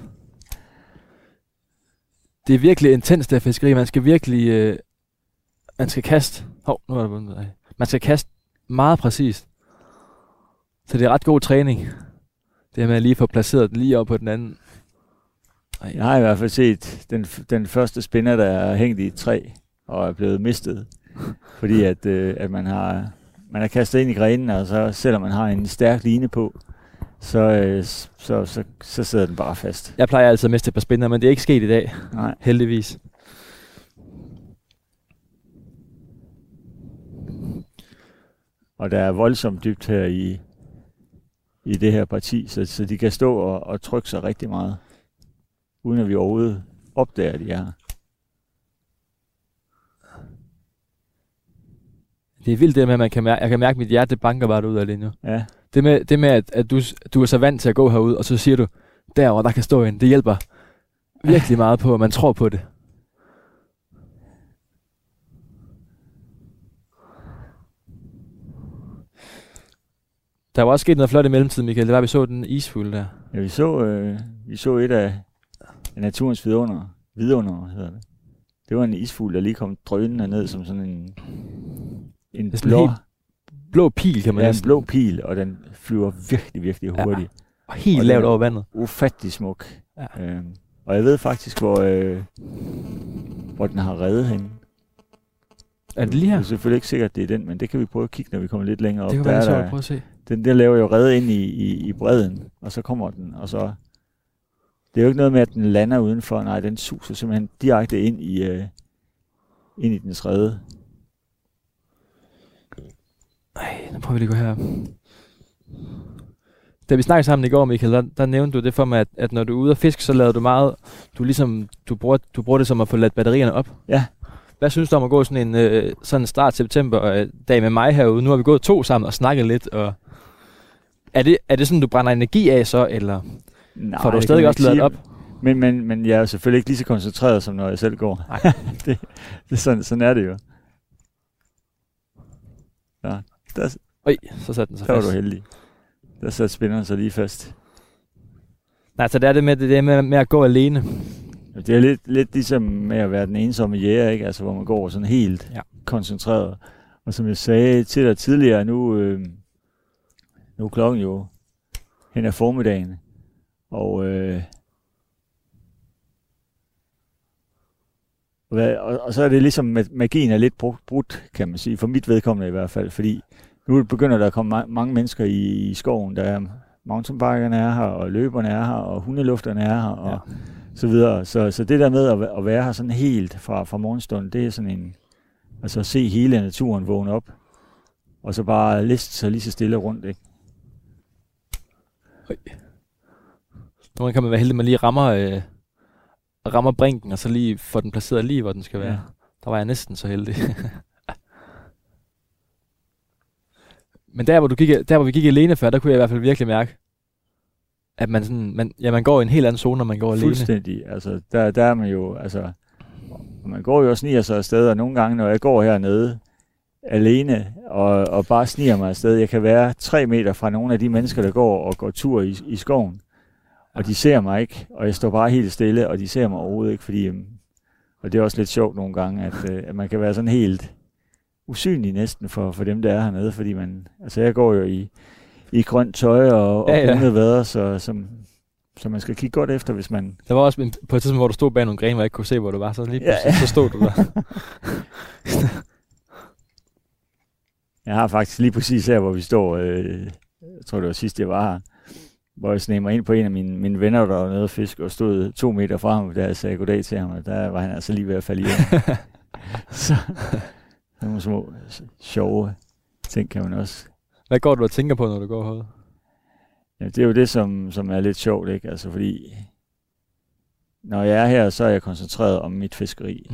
Det er virkelig intens, det fiskeri. Man skal virkelig... man skal kaste... nu er der bundbid. Man skal kaste meget præcist. Så det er ret god træning. Det er med at lige få placeret den lige op på den anden. Jeg har i hvert fald set den første spinder, der er hængt i et træ og er blevet mistet. Fordi at man har kastet ind i grenen, og så selvom man har en stærk line på, så sidder den bare fast. Jeg plejer altid at miste et par spinner, men det er ikke sket i dag. Nej. Heldigvis. Og der er voldsomt dybt her i det her parti, så de kan stå og trykke sig rigtig meget, uden at vi overhovedet opdager, at de er. Det er vildt det med, at jeg kan mærke, at mit hjerte banker bare ud af det nu. Ja. Det med at du er så vant til at gå herud, og så siger du, derovre der kan stå en. Det hjælper virkelig meget på, at man tror på det. Der var også sket noget flot i mellemtiden, Michael. Det var, vi så den isfugl der. Ja, vi så et af naturens vidunder hedder det. Det var en isfugl, der lige kom drønende ned som sådan en blå pil, kan man en blå pil, og den flyver virkelig, virkelig hurtigt. Ja. Og helt lavt over vandet. Ufattelig smuk. Ja. Og jeg ved faktisk, hvor den har reddet hende. Er det lige her? Det er selvfølgelig ikke sikkert, det er den, men det kan vi prøve at kigge, når vi kommer lidt længere op. Det kan være sjovt at prøve at se. Den der laver jo redde ind i bredden, og så kommer den, og så... Det er jo ikke noget med, at den lander udenfor. Nej, den suser simpelthen direkte ind i dens redde. Nej, nu prøver vi lige at gå her. Da vi snakkede sammen i går, Michael, der nævnte du det for mig, at når du er ude og fiske, så lader du meget... Du bruger det som at få ladt batterierne op. Ja. Hvad synes du om at gå sådan en start september dag med mig herude? Nu har vi gået 2 sammen og snakket lidt. Og er det sådan, du brænder energi af så, eller nej, får du stadig også ladet op? Men jeg er jo selvfølgelig ikke lige så koncentreret, som når jeg selv går. Nej. det sådan er det jo. Ja, så satte den sig fast. Der var du heldig. Der satte spinneren sig lige fast. Nej, så det er det med at gå alene. Det er lidt ligesom med at være den ensomme jæger, ikke? Altså, hvor man går sådan helt koncentreret. Og som jeg sagde til dig tidligere, nu er klokken jo hen ad formiddagen. Og så er det ligesom, at magien er lidt brudt, kan man sige. For mit vedkommende i hvert fald. Fordi nu begynder der at komme mange mennesker i skoven. Der er mountainbikerne er her, og løberne er her, og hundelufterne er her, og så videre. Så det der med at være her sådan helt fra morgenstunden, det er sådan en... Altså at se hele naturen vågne op, og så bare liste sig lige så stille rundt, ikke? Nogle kan man være heldig, at man lige rammer brinken, og så lige får den placeret lige, hvor den skal være. Ja. Der var jeg næsten så heldig. Men der hvor vi gik alene før, der kunne jeg i hvert fald virkelig mærke, at man går i en helt anden zone, når man går alene. Fuldstændig. Altså, der er man jo, altså, man går jo og sniger sig afsted, og nogle gange, når jeg går hernede alene, og bare sniger mig afsted, jeg kan være 3 meter fra nogle af de mennesker, der går tur i skoven, og de ser mig ikke, og jeg står bare helt stille, og de ser mig overhovedet ikke, fordi, og det er også lidt sjovt nogle gange, at man kan være sådan helt usynlig næsten for dem, der er hernede, fordi jeg går jo i grønt tøj og brune vader, så man skal kigge godt efter, hvis man... Der var også på et tidspunkt, hvor du stod bag nogle grene, hvor jeg ikke kunne se, hvor du var, så lige pludselig så stod du der. Jeg har faktisk lige præcis her, hvor vi står, jeg tror det var sidst, jeg var her, hvor jeg sneg mig ind på en af mine venner, der var nede og fisk, og stod 2 meter fra ham, da jeg sagde goddag til ham, og der var han altså lige ved at falde hjem. Så nogle små sjove ting kan man også. Hvad går du og tænker på, når du går herude? Ja, det er jo det, som er lidt sjovt, ikke? Altså fordi, når jeg er her, så er jeg koncentreret om mit fiskeri.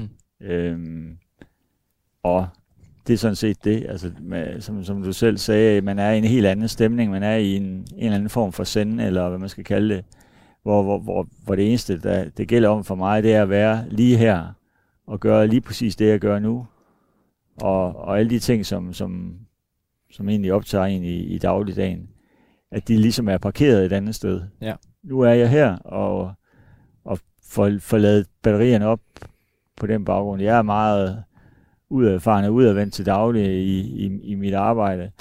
Og det er sådan set det, altså som du selv sagde, man er i en helt anden stemning, man er i en eller anden form for sende, eller hvad man skal kalde det, hvor det eneste, det gælder om for mig, det er at være lige her, og gøre lige præcis det, jeg gør nu, og alle de ting, som egentlig optager en i dagligdagen, at de ligesom er parkeret et andet sted. Ja. Nu er jeg her, og får ladet batterierne op på den baggrund. Jeg er meget udadfaren og udadvendt til daglig i mit arbejde.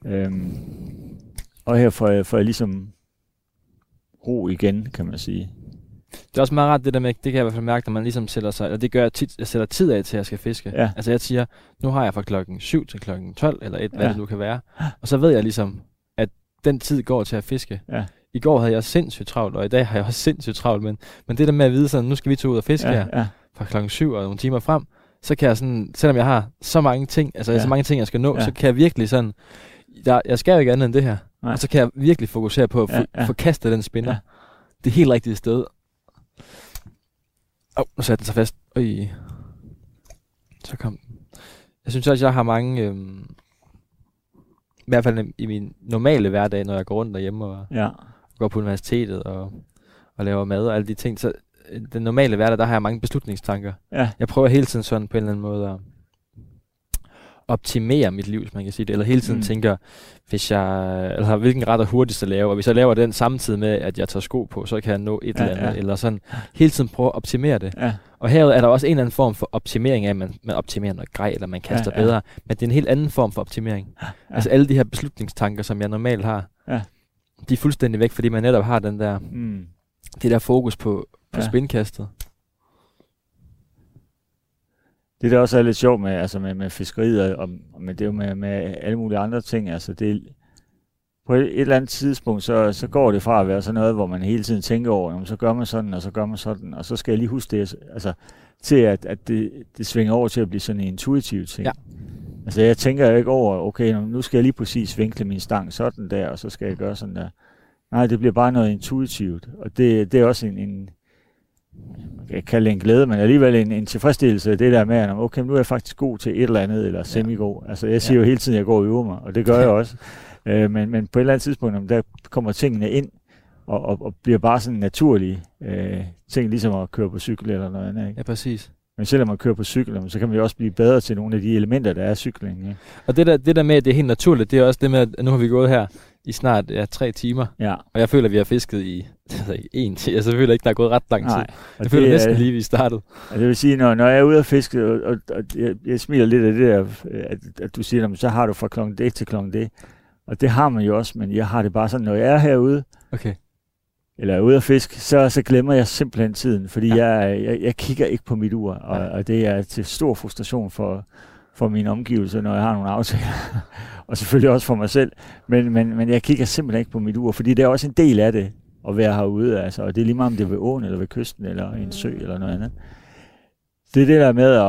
Og her får jeg ligesom ro igen, kan man sige. Det er også meget rart det der med, det kan jeg i hvert fald mærke, når man ligesom sætter sig, og det gør jeg tit, jeg sætter tid af til, at jeg skal fiske. Ja. Altså jeg siger, nu har jeg fra klokken 7 til klokken 12, eller hvad det nu kan være. Og så ved jeg ligesom, at den tid går til at fiske. Ja. I går havde jeg sindssygt travlt, og i dag har jeg også sindssygt travlt, men det der med at vide sådan, nu skal vi tage ud og fiske her, fra klokken 7 og nogle timer frem, så kan jeg sådan, selvom jeg har så mange ting, så mange ting, jeg skal nå, så kan jeg virkelig sådan, jeg skal jo ikke andet end det her. Nej. Og så kan jeg virkelig fokusere på at få kastet den spinner. Det helt rigtige sted. Nu satte den sig fast. Så kom den. Jeg synes også, jeg har mange, i hvert fald i min normale hverdag, når jeg går rundt derhjemme og går på universitetet og laver mad og alle de ting, så den normale hverdag, der har jeg mange beslutningstanker. Ja. Jeg prøver hele tiden sådan på en eller anden måde optimere mit liv, hvis man kan sige det, eller hele tiden tænker, hvilken ret er hurtigst at lave, og hvis jeg laver den samtidig med, at jeg tager sko på, så kan jeg nå et eller andet, eller sådan, hele tiden prøve at optimere det. Ja. Og her er der også en eller anden form for optimering af, at man optimerer noget grej, eller man kaster bedre, men det er en helt anden form for optimering. Ja. Altså alle de her beslutningstanker, som jeg normalt har, de er fuldstændig væk, fordi man netop har den der, det der fokus på spindkastet. Det der også er lidt sjovt med fiskeriet, og med det jo med alle mulige andre ting, altså det på et eller andet tidspunkt, så går det fra at være sådan noget, hvor man hele tiden tænker over, så gør man sådan, og så gør man sådan, og så skal jeg lige huske det, altså til at det svinger over til at blive sådan en intuitiv ting. Ja. Altså jeg tænker jo ikke over, okay, nu skal jeg lige præcis vinkle min stang sådan der, og så skal jeg gøre sådan der. Nej, det bliver bare noget intuitivt, og det er også en jeg kalder det en glæde, men alligevel en tilfredsstillelse, det der med, at okay, nu er jeg faktisk god til et eller andet, eller semi-god. Altså jeg siger jo hele tiden, at jeg går og øver mig, og det gør jeg også. Men på et eller andet tidspunkt, der kommer tingene ind, og bliver bare sådan naturlige ting, ligesom at køre på cykel eller noget andet. Ikke? Ja, præcis. Men selvom man kører på cykel, så kan man jo også blive bedre til nogle af de elementer, der er cykling. Ikke? Og det der med, at det er helt naturligt, det er også det med, at nu har vi gået her i snart 3 timer, og jeg føler, at vi har fisket i 1 time. Jeg føler ikke, der er gået ret lang tid. Nej, jeg føler næsten lige, vi startede. Det vil sige, når jeg er ude at fiske, og jeg smiler lidt af det der, at du siger, så har du fra klokken det til klokken det. Og det har man jo også, men jeg har det bare sådan, når jeg er herude, eller er ude at fiske, så glemmer jeg simpelthen tiden, fordi jeg kigger ikke på mit ur, og det er til stor frustration for mine omgivelser, når jeg har nogle aftaler, og selvfølgelig også for mig selv, men jeg kigger simpelthen ikke på mit ur, fordi det er også en del af det, at være herude, altså, og det er lige meget, om det er ved åen, eller ved kysten, eller i en sø, eller noget andet. Det er det der med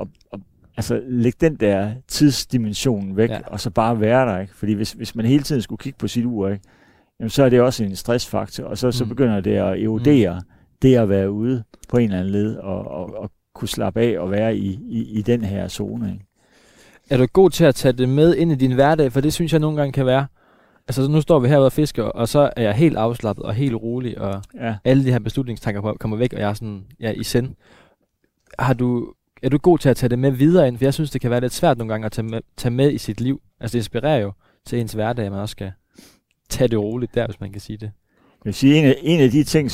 at lægge den der tidsdimension væk, og så bare være der, ikke? Fordi hvis man hele tiden skulle kigge på sit ur, ikke? Jamen, så er det også en stressfaktor, og så begynder det at erodere det at være ude på en eller anden led, og kunne slappe af og være i den her zone, ikke? Er du god til at tage det med ind i din hverdag? For det synes jeg nogle gange kan være. Altså nu står vi herude og fisker, og så er jeg helt afslappet og helt rolig, og alle de her beslutningstanker kommer væk, og jeg er sådan i send. Er du god til at tage det med videre ind? For jeg synes, det kan være lidt svært nogle gange at tage med i sit liv. Altså det inspirerer jo til ens hverdag, at man også skal tage det roligt der, hvis man kan sige det. Jeg vil sige, en af de ting,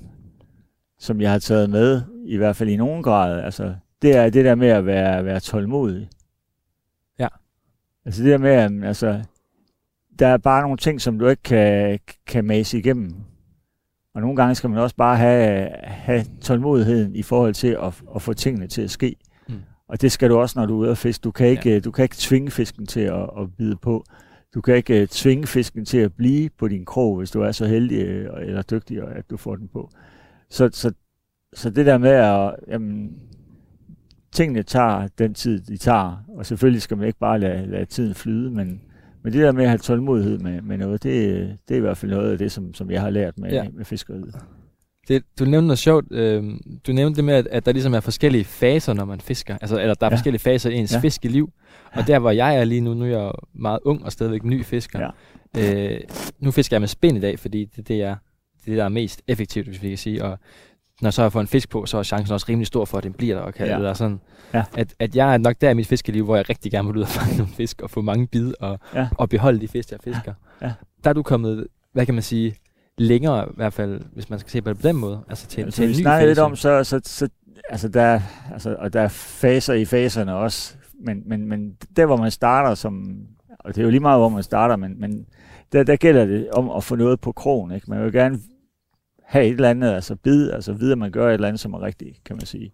som jeg har taget med, i hvert fald i nogen grad, altså, det er det der med at være tålmodig. Ja. Altså det der med, altså, der er bare nogle ting, som du ikke kan mase igennem. Og nogle gange skal man også bare have tålmodigheden i forhold til at få tingene til at ske. Og det skal du også, når du er ude at fiske. Du kan ikke tvinge fisken til at bide på. Du kan ikke tvinge fisken til at blive på din krog, hvis du er så heldig eller dygtig, at du får den på. Så det der med at tingene tager den tid, de tager, og selvfølgelig skal man ikke bare lade tiden flyde, men det der med at have tålmodighed med noget, det er i hvert fald noget af det, som jeg har lært med fiskeriet. Du nævnte noget sjovt. Du nævnte det med, at der ligesom er forskellige faser, når man fisker. Altså, eller der er forskellige faser i ens fiskeliv. Og der, hvor jeg er lige nu er jeg meget ung og stadigvæk ny fisker. Ja. Nu fisker jeg med spind i dag, fordi det der er mest effektivt, hvis vi kan sige. Og når så jeg får en fisk på, så er chancen også rimelig stor for, at den bliver der. Og kan det der sådan. Ja. At jeg er nok der i mit fiskeliv, hvor jeg rigtig gerne vil ud og fange nogle fisk og få mange bid og beholde de fisk, jeg fisker. Ja. Der er du kommet, hvad kan man sige, længere i hvert fald, hvis man skal se på det på den måde. Altså til en ny fase. Vi snakker lidt om, altså der er faser i faserne også, men der hvor man starter og det er jo lige meget hvor man starter, men der gælder det om at få noget på krogen, ikke? Man vil gerne have et eller andet, altså vide at man gør et eller andet, som er rigtigt, kan man sige.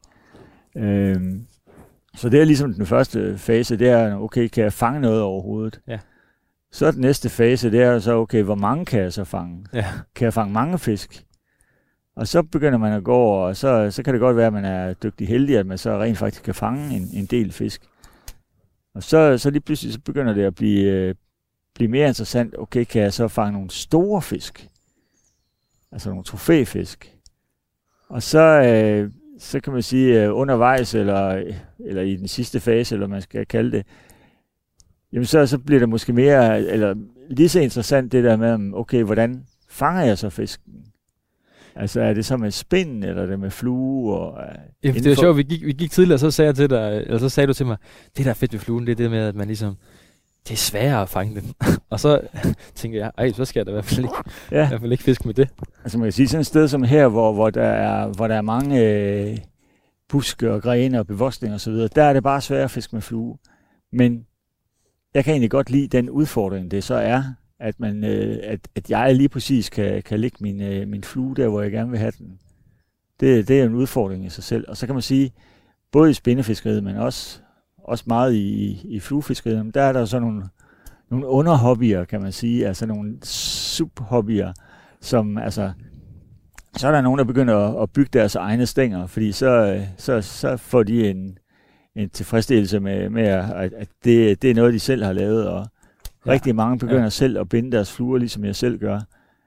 Så det er ligesom den første fase, det er, okay, kan jeg fange noget overhovedet? Ja. Så den næste fase, det er så, okay, hvor mange kan jeg så fange? Ja. Kan jeg fange mange fisk? Og så begynder man at gå over, og så kan det godt være, at man er dygtig heldig, at man så rent faktisk kan fange en del fisk. Og så lige pludselig så begynder det at blive mere interessant. Okay, kan jeg så fange nogle store fisk? Altså nogle trofæfisk. Og så kan man sige undervejs, eller i den sidste fase, eller man skal kalde det, jamen så bliver det måske mere, eller lige så interessant det der med, okay, hvordan fanger jeg så fisken? Altså, er det så med spind, eller er det med flue? Det er sjovt, vi gik tidligere, så sagde jeg til dig, eller så sagde du til mig, det der er fedt ved fluen, det er det med, at man ligesom, det er sværere at fange dem. Og så tænker jeg, så skal jeg da i hvert fald ikke fiske med det. Altså, man kan sige sådan et sted som her, hvor der er mange buske og grene og bevoksning og så videre, der er det bare svært at fiske med flue. Men jeg kan egentlig godt lide den udfordring, det så er, at man, at jeg lige præcis kan lægge min flue der, hvor jeg gerne vil have den. Det er en udfordring i sig selv. Og så kan man sige, både i spindefiskeriet, men også meget i fluefiskeriet, der er der så nogle underhobbyer, kan man sige, altså nogle subhobbyer, som altså, så er der nogen, der begynder at bygge deres egne stænger, fordi så får de en tilfredsstillelse med at det er noget, de selv har lavet, og rigtig mange begynder selv at binde deres fluer, ligesom jeg selv gør.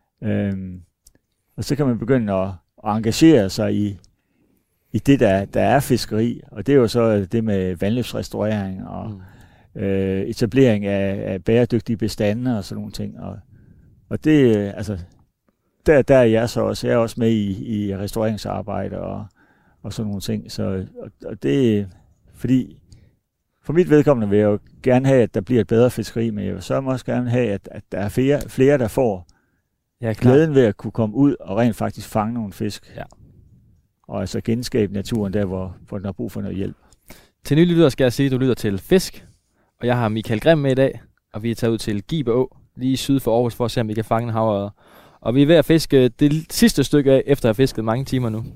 Og så kan man begynde at engagere sig i det, der er fiskeri. Og det er jo så det med vandløbsrestaurering og etablering af bæredygtige bestande og sådan nogle ting. Og det, altså, der er jeg så også. Jeg er også med i restaureringsarbejde og sådan nogle ting. Og det fordi for mit vedkommende vil jeg jo gerne have, at der bliver et bedre fiskeri, men jeg vil så også gerne have, at der er flere der får glæden ved at kunne komme ud og rent faktisk fange nogle fisk. Ja. Og altså genskabe naturen der, hvor den har brug for noget hjælp. Til nye lytter skal jeg sige, at du lytter til Fisk, og jeg har Michael Grimm med i dag, og vi er taget ud til Gibe Å, lige syd for Aarhus, for at se, om vi kan fange en havørred. Og vi er ved at fiske det sidste stykke af, efter at have fisket mange timer nu.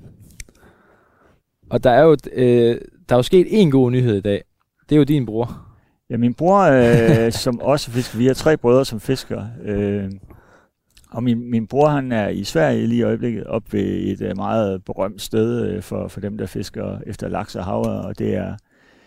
Og der er jo sket en god nyhed i dag. Det er jo din bror. Ja, min bror, som også fisker. Vi har 3 brødre, som fisker. Og min bror, han er i Sverige lige i øjeblikket, op ved et meget berømt sted for dem, der fisker efter laks og havørred. Og det er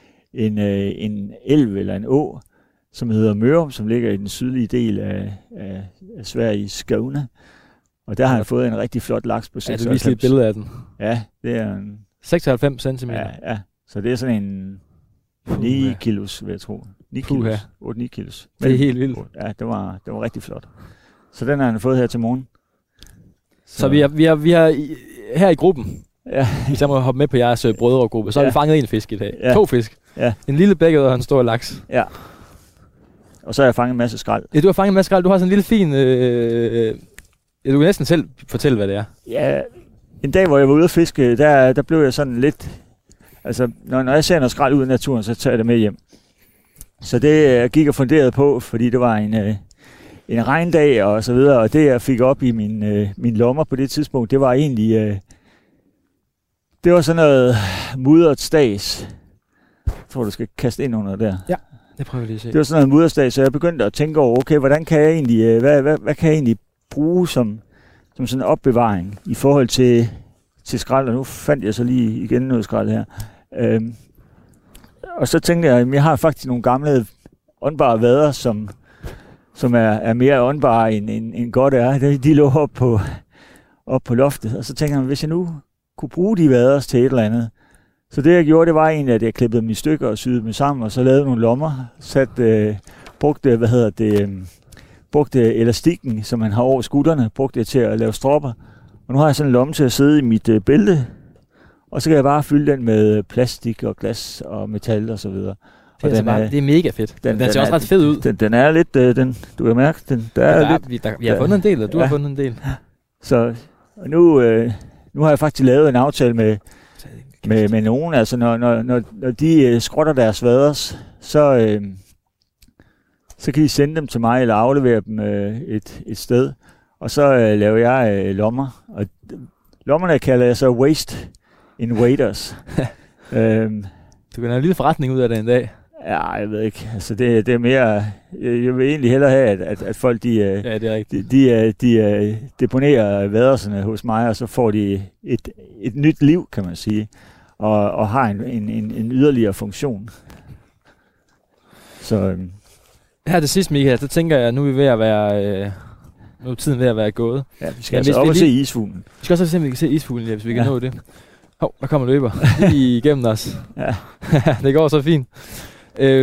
en elv eller en å, som hedder Mørum, som ligger i den sydlige del af Sverige i Skåne. Og der har han fået en rigtig flot laks på 96. Ja, du viser et billede af den. Ja, det er en 96 cm. Ja. Så det er sådan en 9 kilos, vil jeg tro. 9 kilos. 8-9 kilos. Det er helt vildt. Ja, det var rigtig flot. Så den har han fået her til morgen. Så vi har her i gruppen, hvis jeg må hoppe med på jeres brødregruppe, så har vi fanget en fisk i dag. Ja. 2 fisk. Ja. En lille bækket og en stor laks. Ja. Og så har jeg fanget en masse skrald. Ja, du har fanget en masse skrald. Du har sådan en lille fin... du kan næsten selv fortælle, hvad det er. Ja, en dag, hvor jeg var ude at fiske, der blev jeg sådan lidt... Altså, når jeg ser noget skrald ud i naturen, så tager jeg det med hjem. Så det gik og funderede på, fordi det var en regndag og så videre, og det jeg fik op i min lommer på det tidspunkt, det var egentlig... det var sådan noget mudret stads. Jeg tror, du skal kaste ind under der. Ja, det prøver jeg lige at se. Det var sådan noget mudret stads, så jeg begyndte at tænke over, okay, hvordan kan jeg egentlig... Hvad kan jeg egentlig bruge som sådan en opbevaring i forhold til skrald, og nu fandt jeg så lige igen noget skrald her. Og så tænkte jeg, at jeg har faktisk nogle gamle åndbare vader, som er mere åndbare end godt er. De lå op på loftet, og så tænkte jeg, hvis jeg nu kunne bruge de vader til et eller andet. Så det jeg gjorde, det var egentlig, at jeg klippede dem i stykker og syede dem sammen, og så lavede nogle lommer, brugte elastikken, som man har over skuldrene, brugte det til at lave stropper. Og nu har jeg sådan en lomme til at sidde i mit bælte, og så kan jeg bare fylde den med plastik og glas og metal og så videre. Og det er mega fedt. Den ser også ret fed ud. Den er lidt, du kan mærke, vi har fundet en del, og du har fundet en del. Så nu har jeg faktisk lavet en aftale med nogen, altså når de skrotter deres vaders, så kan de sende dem til mig, eller aflevere dem et sted. Og så laver jeg lommer. Og lommerne kalder jeg så waste in waders. Du kan have en lille forretning ud af det en dag. Ja, jeg ved ikke. Altså det er mere... Jeg vil egentlig hellere have, at folk de deponerer vaderserne hos mig, og så får de et nyt liv, kan man sige. Og har en yderligere funktion. Så... Her til sidst, Michael, så tænker jeg, at nu er vi ved at være... Nu er tiden ved at være gået. Ja, vi skal altså op og se isfuglen. Vi skal også se, om vi kan se isfuglen, hvis vi kan nå det. Hov, der kommer løber lige igennem os. Ja. Det går så fint.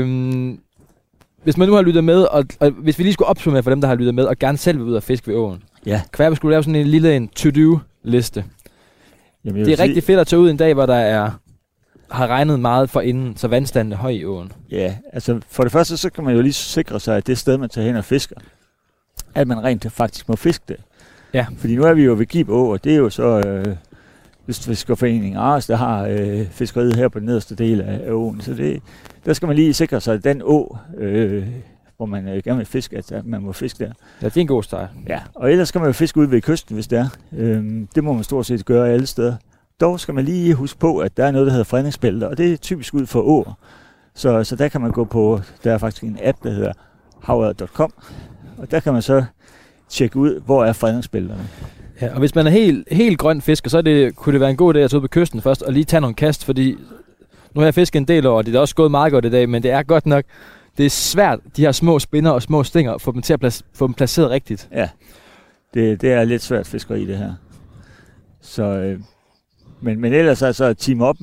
Hvis man nu har lyttet med, og hvis vi lige skulle opsummere for dem, der har lyttet med, og gerne selv vil ud og fiske ved åen, Ja. Kvaerby skulle lave sådan en lille to-do-liste. Jamen, det er rigtig fedt at tage ud en dag, hvor der har regnet meget for inden, så vandstanden er høj i åen. Ja, altså for det første, så kan man jo lige sikre sig, at det sted, man tager hen og fisker, at man rent faktisk må fiske det. Ja. Fordi nu er vi jo ved Gib Å, og det er jo så Kystfiskerforeningen Ares, der har fiskeriet her på den nederste del af åen. Så der skal man lige sikre sig, at den å, hvor man gerne vil fiske, at man må fiske der. Ja, det er en god start. Ja, og ellers skal man jo fiske ude ved kysten, hvis det er. Det må man stort set gøre alle steder. Dog skal man lige huske på, at der er noget, der hedder fredningsbælter, og det er typisk ud for åer. Så der kan man gå på, der er faktisk en app, der hedder havet.com, og der kan man så tjekke ud, hvor er fredningsbælterne. Ja, og hvis man er helt grøn fisker, så kunne det være en god idé at tage ud på kysten først og lige tage nogle kast, fordi nu har jeg fisket en del år, og det er også gået meget godt i dag, men det er godt nok, det er svært, de her små spinner og små stænger, at få dem til at få dem placeret rigtigt. Ja, det er lidt svært fiskeri, det her. Så, men ellers altså team op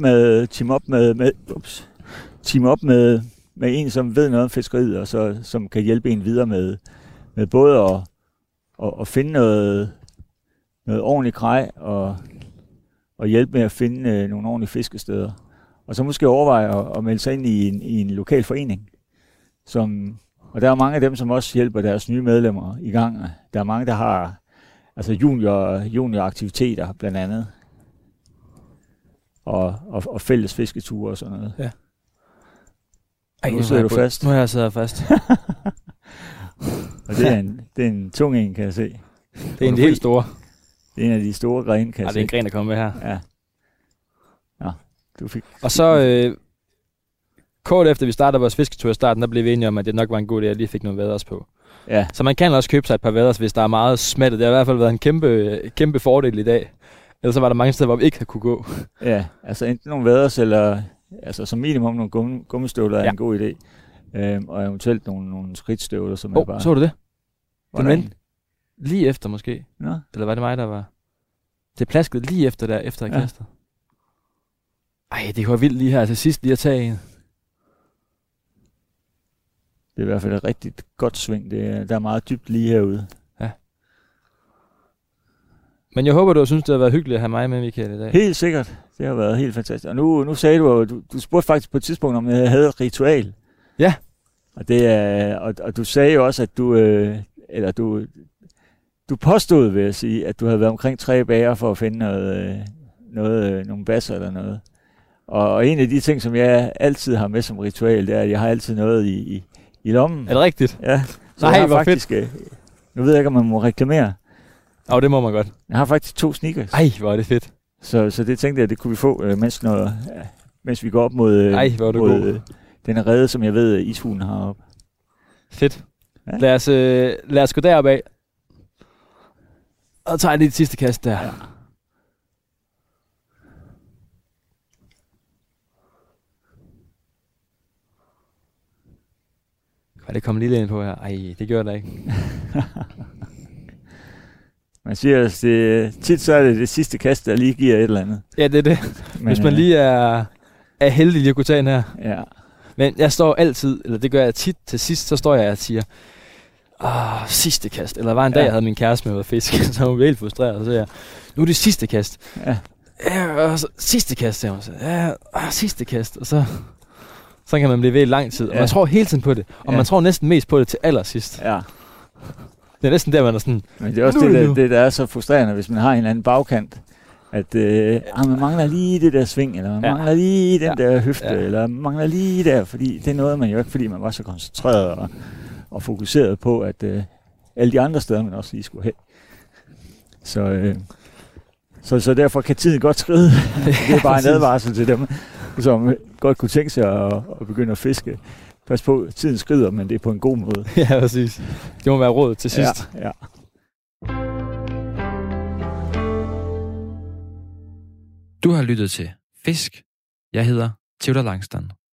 med en, som ved noget om fiskeriet, og så, som kan hjælpe en videre med både at finde noget ordentligt grej, og hjælpe med at finde nogle ordentlige fiskesteder. Og så måske overveje at melde sig ind i en lokal forening. Og der er mange af dem, som også hjælper deres nye medlemmer i gang. Der er mange, der har altså junioraktiviteter blandt andet. Og fælles fisketure og sådan noget. Ja. Ej, nu sidder du fast. Nu har jeg siddet fast. Og det er en tung en, kan jeg se. Det er en helt store. Det er en af de store grene, kan jeg se. Det er en gren, der kommer med her. Ja. Nå, du fik... Og så kort efter vi startede vores fisketur i starten, der blev vi enige om, at det nok var en god idé, at jeg lige fik nogle vaders på. Ja. Så man kan også købe sig et par vaders, hvis der er meget smattet. Det har i hvert fald været en kæmpe fordel i dag. Ellers så var der mange steder, hvor vi ikke havde kunne gå. Ja, altså enten nogle vaders, eller altså som minimum nogle gummistøvler er en god idé. Og eventuelt nogle skridtstøvler, som er bare... så du det? Den lige efter måske. Nå. Eller var det mig, der var... Det plaskede lige efter jeg kastede. Ej, det var vildt lige her til sidst lige at tage en. Det er i hvert fald et rigtig godt sving. Der er meget dybt lige herude. Ja. Men jeg håber, du synes, det har været hyggeligt at have mig med, Michael, i dag. Helt sikkert. Det har været helt fantastisk. Og nu sagde du spurgte faktisk på et tidspunkt, om jeg havde et ritual. Ja. Og du sagde jo også, at du påstod, vil jeg sige, at du havde været omkring 3 bager for at finde nogle basser eller noget. Og en af de ting, som jeg altid har med som ritual, det er, at jeg har altid noget i lommen. Er det rigtigt? Ja. Så nej, hvor faktisk, fedt. Nu ved jeg ikke, om man må reklamere. Det må man godt. Jeg har faktisk 2 sneakers. Ej, hvor er det fedt. Så det tænkte jeg, at det kunne vi få, mens vi går op mod den rede, som jeg ved, ishulen har op. Fedt. Ja. Lad os gå derop af. Og tager lige det sidste kast der. Ja. Kan det komme lige ind på her? Ej, det gjorde der ikke. Man siger, at tit så er det sidste kast, der lige giver et eller andet. Ja, det er det. Men, hvis man lige er heldig lige at kunne tage en her. Ja. Men jeg står altid, eller det gør jeg tit til sidst, så står jeg og siger, sidste kast. Eller var en dag, jeg havde min kæreste med at fiske, så hun var helt frustreret, og så siger jeg, nu er det sidste kast. Ja, og så, sidste kast, siger hun så. Ja, sidste kast. Og så kan man blive ved i lang tid. Og man tror hele tiden på det. Og man tror næsten mest på det til allersidst. Ja. Det er næsten der, man er sådan... Men det er også det, der er så frustrerende, hvis man har en eller anden bagkant. At man mangler lige det der sving, eller man mangler lige den der høfte, eller man mangler lige der, fordi det er noget, man jo ikke, fordi man var så koncentreret og fokuseret på, at alle de andre steder, man også lige skulle hen. Så derfor kan tiden godt skride. Det er bare en advarsel til dem, som godt kunne tænke sig at begynde at fiske. Pas på, tiden skrider, men det er på en god måde. Ja, præcis. Det må være råd til sidst. Ja. Du har lyttet til Fisk. Jeg hedder Theodor Langstrand.